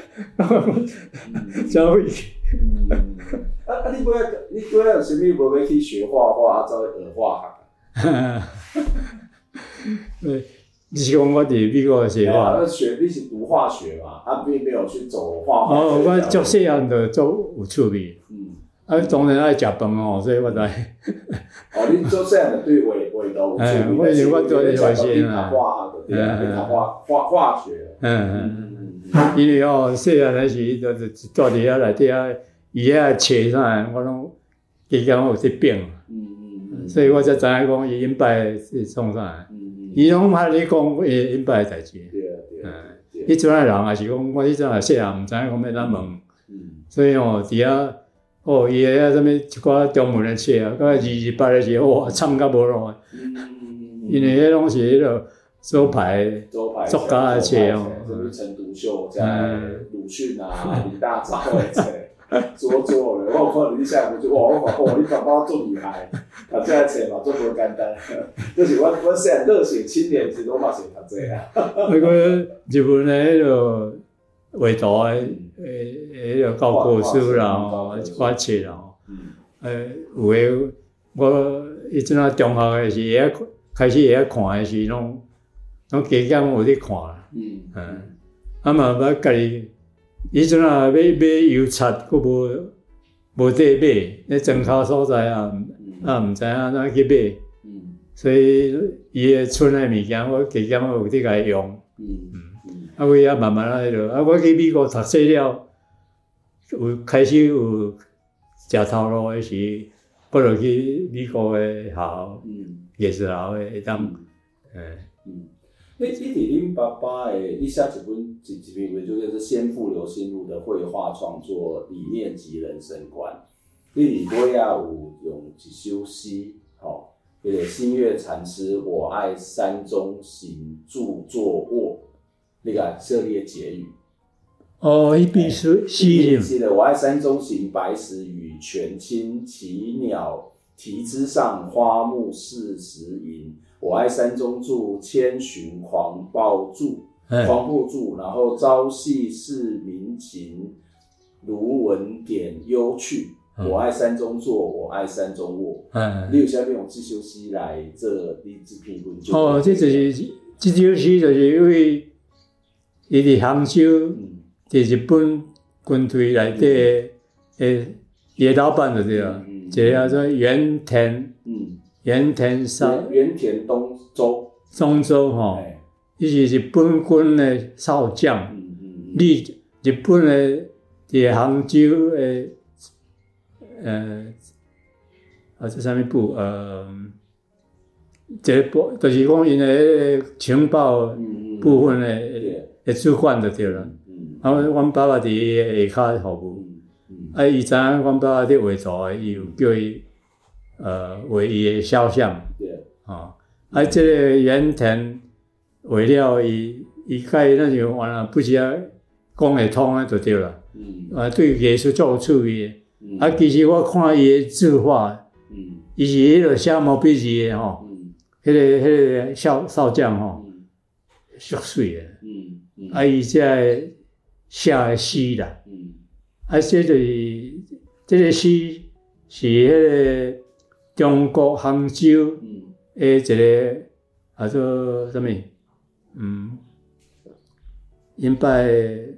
真费气。 啊啊！你尾仔，你尾仔有啥物无要去学画画，啊，走去学画学？ 对，你是讲我伫美国学画？ 啊，学你是读化学嘛？啊，并没有去走画画。 哦，我足细汉就足有趣味。嗯。啊，当然爱食饭哦，所以我才。 哦，你做细汉就对画画图有趣味。 哎，我以我做画先啊。 画的对啊，你读化化化学。 嗯嗯嗯。因为哦，细汉那时就是住伫遐内底啊。伊遐册啥，我拢加减有伫变，嗯嗯，所以我才知影讲伊因摆是创啥，嗯嗯，伊拢捌咧讲伊因摆诶代志， 对啊对啊， 嗯，迄阵诶人也是讲，我迄阵也细汉，毋知影讲要怎问，嗯，所以吼伫遐，哦，伊诶遐啥物一寡中文诶册啊，甲二二八诶时哇，唱甲无落，嗯嗯，因为迄拢是迄个周牌作家诶册哦， 什么陈独秀、在鲁迅啊、李大钊诶册。做做咧，我看你下晡就哇，我讲哇，你爸爸做厉害，读这个册嘛，做无简单。就是阮阮细汉热血青年时，我嘛是读这啊。 那个日本诶迄个画图诶诶迄个教科书啦，吼，一寡册啦，吼，诶，有诶，我迄阵啊中学诶时会开始会晓看诶时，拢拢加减有咧看啦。嗯嗯，啊嘛捌家己。以前啊，要买油漆，佫无无地买，咧庄口所在啊，啊毋知影怎去买，嗯、所以伊个剩诶物件，我加减有伫甲伊用，嗯嗯，啊，我也慢慢啊迄落，啊，我去美国读册了，有开始有食头路诶时，我就去美国诶学校，嗯，艺术校诶会当，诶， 嗯。你你伫恁爸爸诶，你写一本一一篇文，就是先父刘心路的绘画创作理念及人生观。你伫尾啊有用一首诗，吼，迄个新月禅师“我爱山中行，住坐卧”，你甲设立结语。 哦，迄篇诗诗是的，我爱山中行，白石与泉清，奇鸟啼之上，花木四时吟。我爱山中住，千寻狂暴住，狂暴住，然后朝夕视民情，如闻点幽趣。我爱山中坐，我爱山中卧。嗯，你有啥要用这首诗来做你这篇文章？ 哦，这就是这首诗，就是因为伊伫杭州，伫日本军队内底诶，伊老板就对了，一个叫做原田。嗯。原田少原田东周中州吼，伊是日本军的少将，立日本的伫杭州的呃啊这啥物部呃，一个部就是讲因的情报部分的的主管就对了。啊，阮爸爸伫伊下骹服务，啊，伊知影阮爸爸伫画图的，伊有叫伊呃画伊的肖像，哦，啊，即个原田画了伊，伊甲伊那像完了不是啊讲会通啊就对了。啊，对艺术足有趣味的。啊，其实我看伊的字画，伊是迄个写毛笔字的吼，迄个迄个少少将吼，足水的。啊，伊这写的诗啦，啊，这就是这个诗是迄个中国杭州的一个啊做什么？嗯，因拜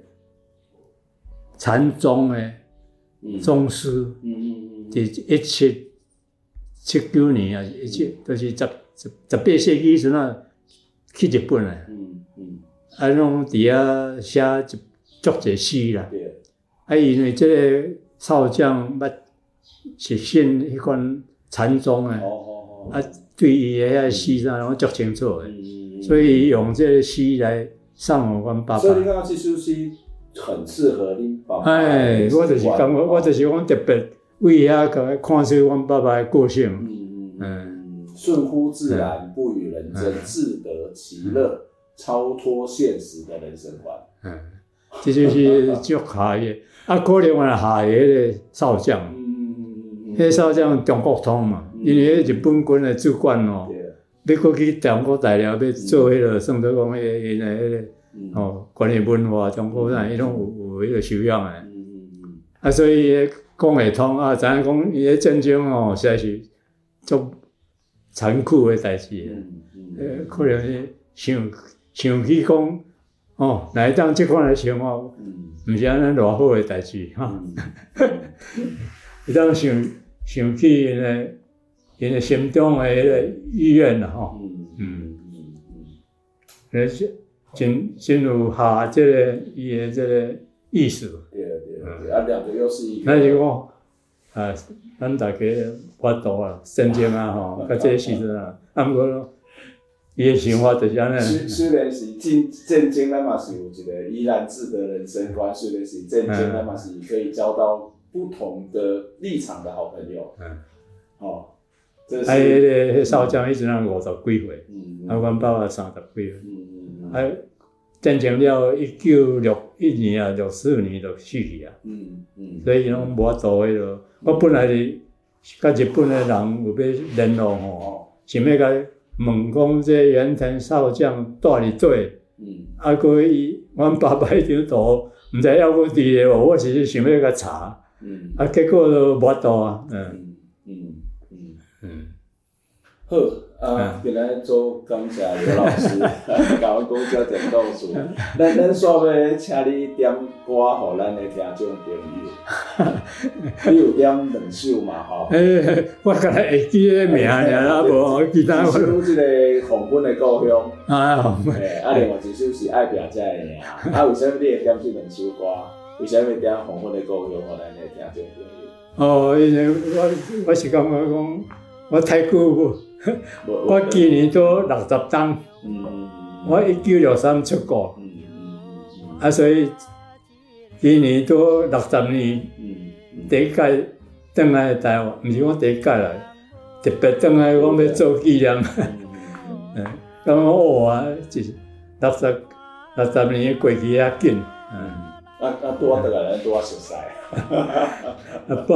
禅宗的。宗师，伫一七七九年啊，一七就是十十十八世纪时阵去日本啊，啊，拢伫遐写一足侪诗啦。啊，因为即个少将捌是信迄款禅宗诶，啊，对伊诶遐诗啥拢足清楚诶，所以用即个诗来送互阮爸爸。 所以你看这首诗。很适合恁爸爸。 哎，我就是讲，我就是讲特别为遐个看出阮爸爸的个性。嗯嗯，顺乎自然，不与人争，自得其乐，超脱现实的人生观。 嗯，这就是足下嘅。啊，可能我下迄个少将，嗯，迄个少将中国通嘛，因为日本军的主管哦，要过去中国大陆要做迄个，算做讲迄个因诶迄个。哦，关于文化、中国啥，伊拢有有迄个修养诶。啊，所以讲会通啊，知影讲伊个战争哦，实在是足残酷诶代志诶。呃，可能是想想起讲，哦，哪会当即款诶生活，毋是安尼偌好诶代志哈。会当想想起因诶因诶心中诶迄个意愿啦吼。嗯嗯嗯。真真有下即个伊的即个意思。 对对对，啊，两个又是一个。 那是讲，啊，咱大家法度啊、圣经啊，吼，甲即个时阵啊，啊，毋过伊的想法就是安尼。 虽虽然是战战争，咱嘛是有一个怡然自得人生观；虽然是战争，咱嘛是可以交到不同的立场的好朋友。嗯。哦。 啊，迄个迄少将一直人五十几岁，啊，阮爸爸三十几岁。啊，战争了，一九六一年啊，六四年就死去啊。嗯嗯。所以拢无法度迄落。我本来是甲日本诶人有要联络吼，想要甲问讲这原田少将住伫做。嗯。啊，过伊，阮爸爸迄张图，毋知还佫伫咧无？我是想要甲查。嗯。啊，结果都无法度啊。嗯嗯嗯嗯。好。啊，今日做感谢刘老师，甲阮讲遮点故事。咱咱煞要请你点歌，互咱的听众朋友。你有点两首嘛？吼。 诶，我敢若会记个名尔啦，无其他。 一首即个黄昏的故乡。 啊，黄昏。 诶，啊，另外一首是爱拼才会赢。啊，为啥物你会点这两首歌？为啥物点黄昏的故乡，互咱的听众朋友？ 哦，因为我我是感觉讲，我太久无。我今年都六十档，嗯、我一九六三出国，嗯嗯、啊，所以今年都六十年，嗯嗯、第一屆回來台灣，唔是講第一屆啦，特別回來我要做紀念，嗯，咁我話就是六十六十年過去啊緊，嗯， 啊啊多回來咱多熟悉， 啊不。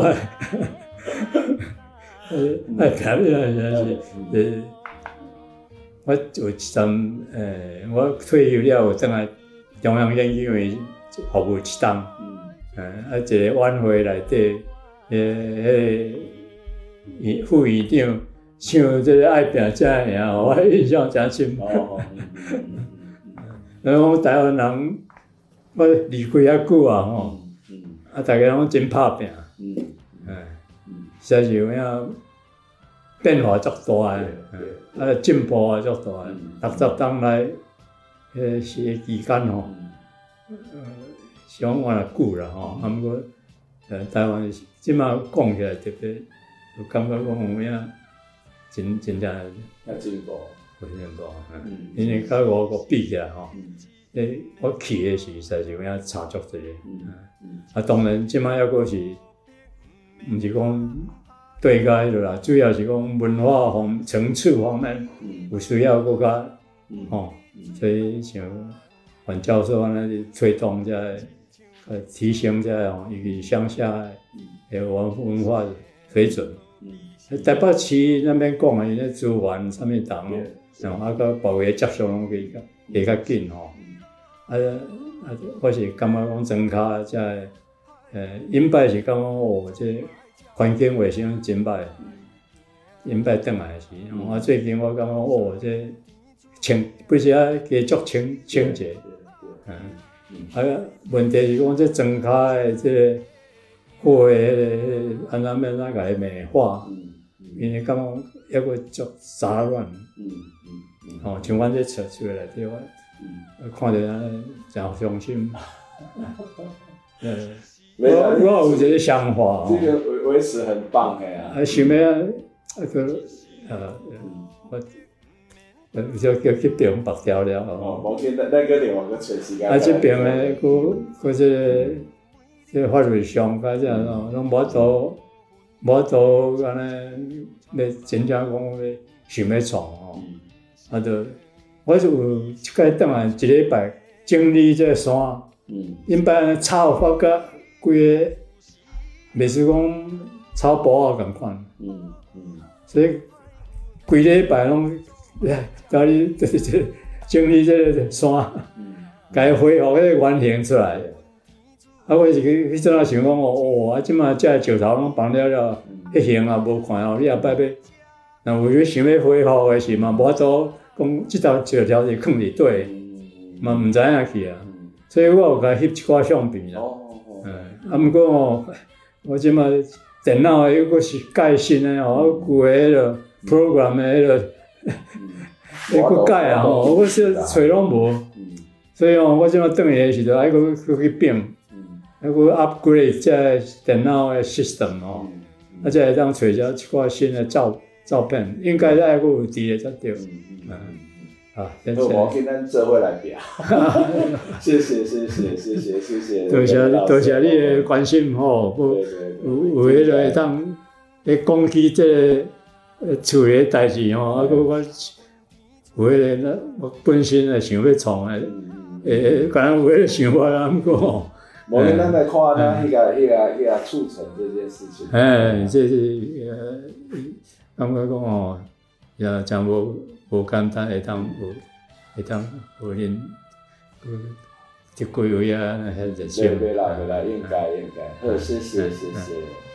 呃，哎，咁樣樣是，我有一陣誒，我退休了，等下中央研究院服務一檔，誒，啊一個晚會內底，誒，迄個副院長唱這個愛拼才會贏，我印象真深。然後台灣人，我離開遐久啊，吼，啊大家攏真拍拼。實在是有影變化足大誒，啊進步啊足大誒。六十當來，迄是個期間吼，呃，是講偌久啦吼，啊毋過，呃台灣即馬講起來特別，有感覺講有影真真正較進步。 有点无，嗯，因为甲我我比起来吼，诶，我去诶是实在是有影差足侪，嗯嗯，啊，当然即摆抑个是，毋是讲对家迄落啦，主要是讲文化方层次方面有需要搁较，吼，所以像范教授安尼推动遮个，呃，提升遮个吼，尤其乡下诶文文化水准。台北市那边讲诶，迄资源啥物档咯，然后啊个保卫接触拢会较会较紧吼。啊啊，我是感觉讲庄脚遮个，呃，因摆是感觉哦，这环境卫生真歹。因摆转来时，啊最近我感觉哦，这清不是啊加足清清洁，嗯，啊问题是讲这庄脚诶这个货诶迄个安怎要怎甲伊美化？因为感觉抑个足杂乱，嗯嗯，吼、嗯，像阮这厝厝内底，我、嗯、看着安尼真伤心。呃，我我有一个想法哦， 这个维维持很棒诶啊。 啊，想要那个呃，我呃就叫去平白调了哦。无紧，咱咱个另外个找时间。 啊，这边诶，佫佫这个这个法律上，甲这样拢无多。无都安尼，要真正讲要想要创吼，啊，就我是有一摆转来一礼拜整理这个山，嗯，因摆安尼草发甲规个，袂是讲草埔仔共款，嗯嗯，所以规礼拜拢甲你就是这整理这个山，嗯，甲伊恢复迄个原形出来。啊，我是去迄阵啊想讲哦，哦，啊，即马遮个石头拢放了了，迄形也无看哦，你后摆要，若有想要恢复诶是嘛，无法度讲即条石条是囥伫底，嘛毋知影去啊。所以我有甲翕一寡相片啦，嗯，啊，毋过哦，我即马电脑诶又阁是改新诶吼，旧诶迄落 program 诶迄落，迄阁改啊吼，我说找拢无，所以哦，我即马转去诶时阵，爱阁阁去变。还佫 upgrade 这电脑的 system 哦，啊，才会当找着一寡新的照照片，应该还佫有伫个才对。嗯，啊， 那我跟咱做伙来聊，谢谢谢谢谢谢谢谢， 多谢多谢你的关心吼，有有有迄个会当咧讲起这个厝的代志吼，啊，佫我有迄个我本身也想要创诶，诶，敢若有迄个想法啦，毋过吼。 无咱咱来看咱迄个、迄个、迄个促成这件事情。 哎，这是呃，感觉讲哦，也真无无简单，会当有会当有人有一几位啊，那些人生。 对对啦，对啦，应该应该。好，谢谢谢谢。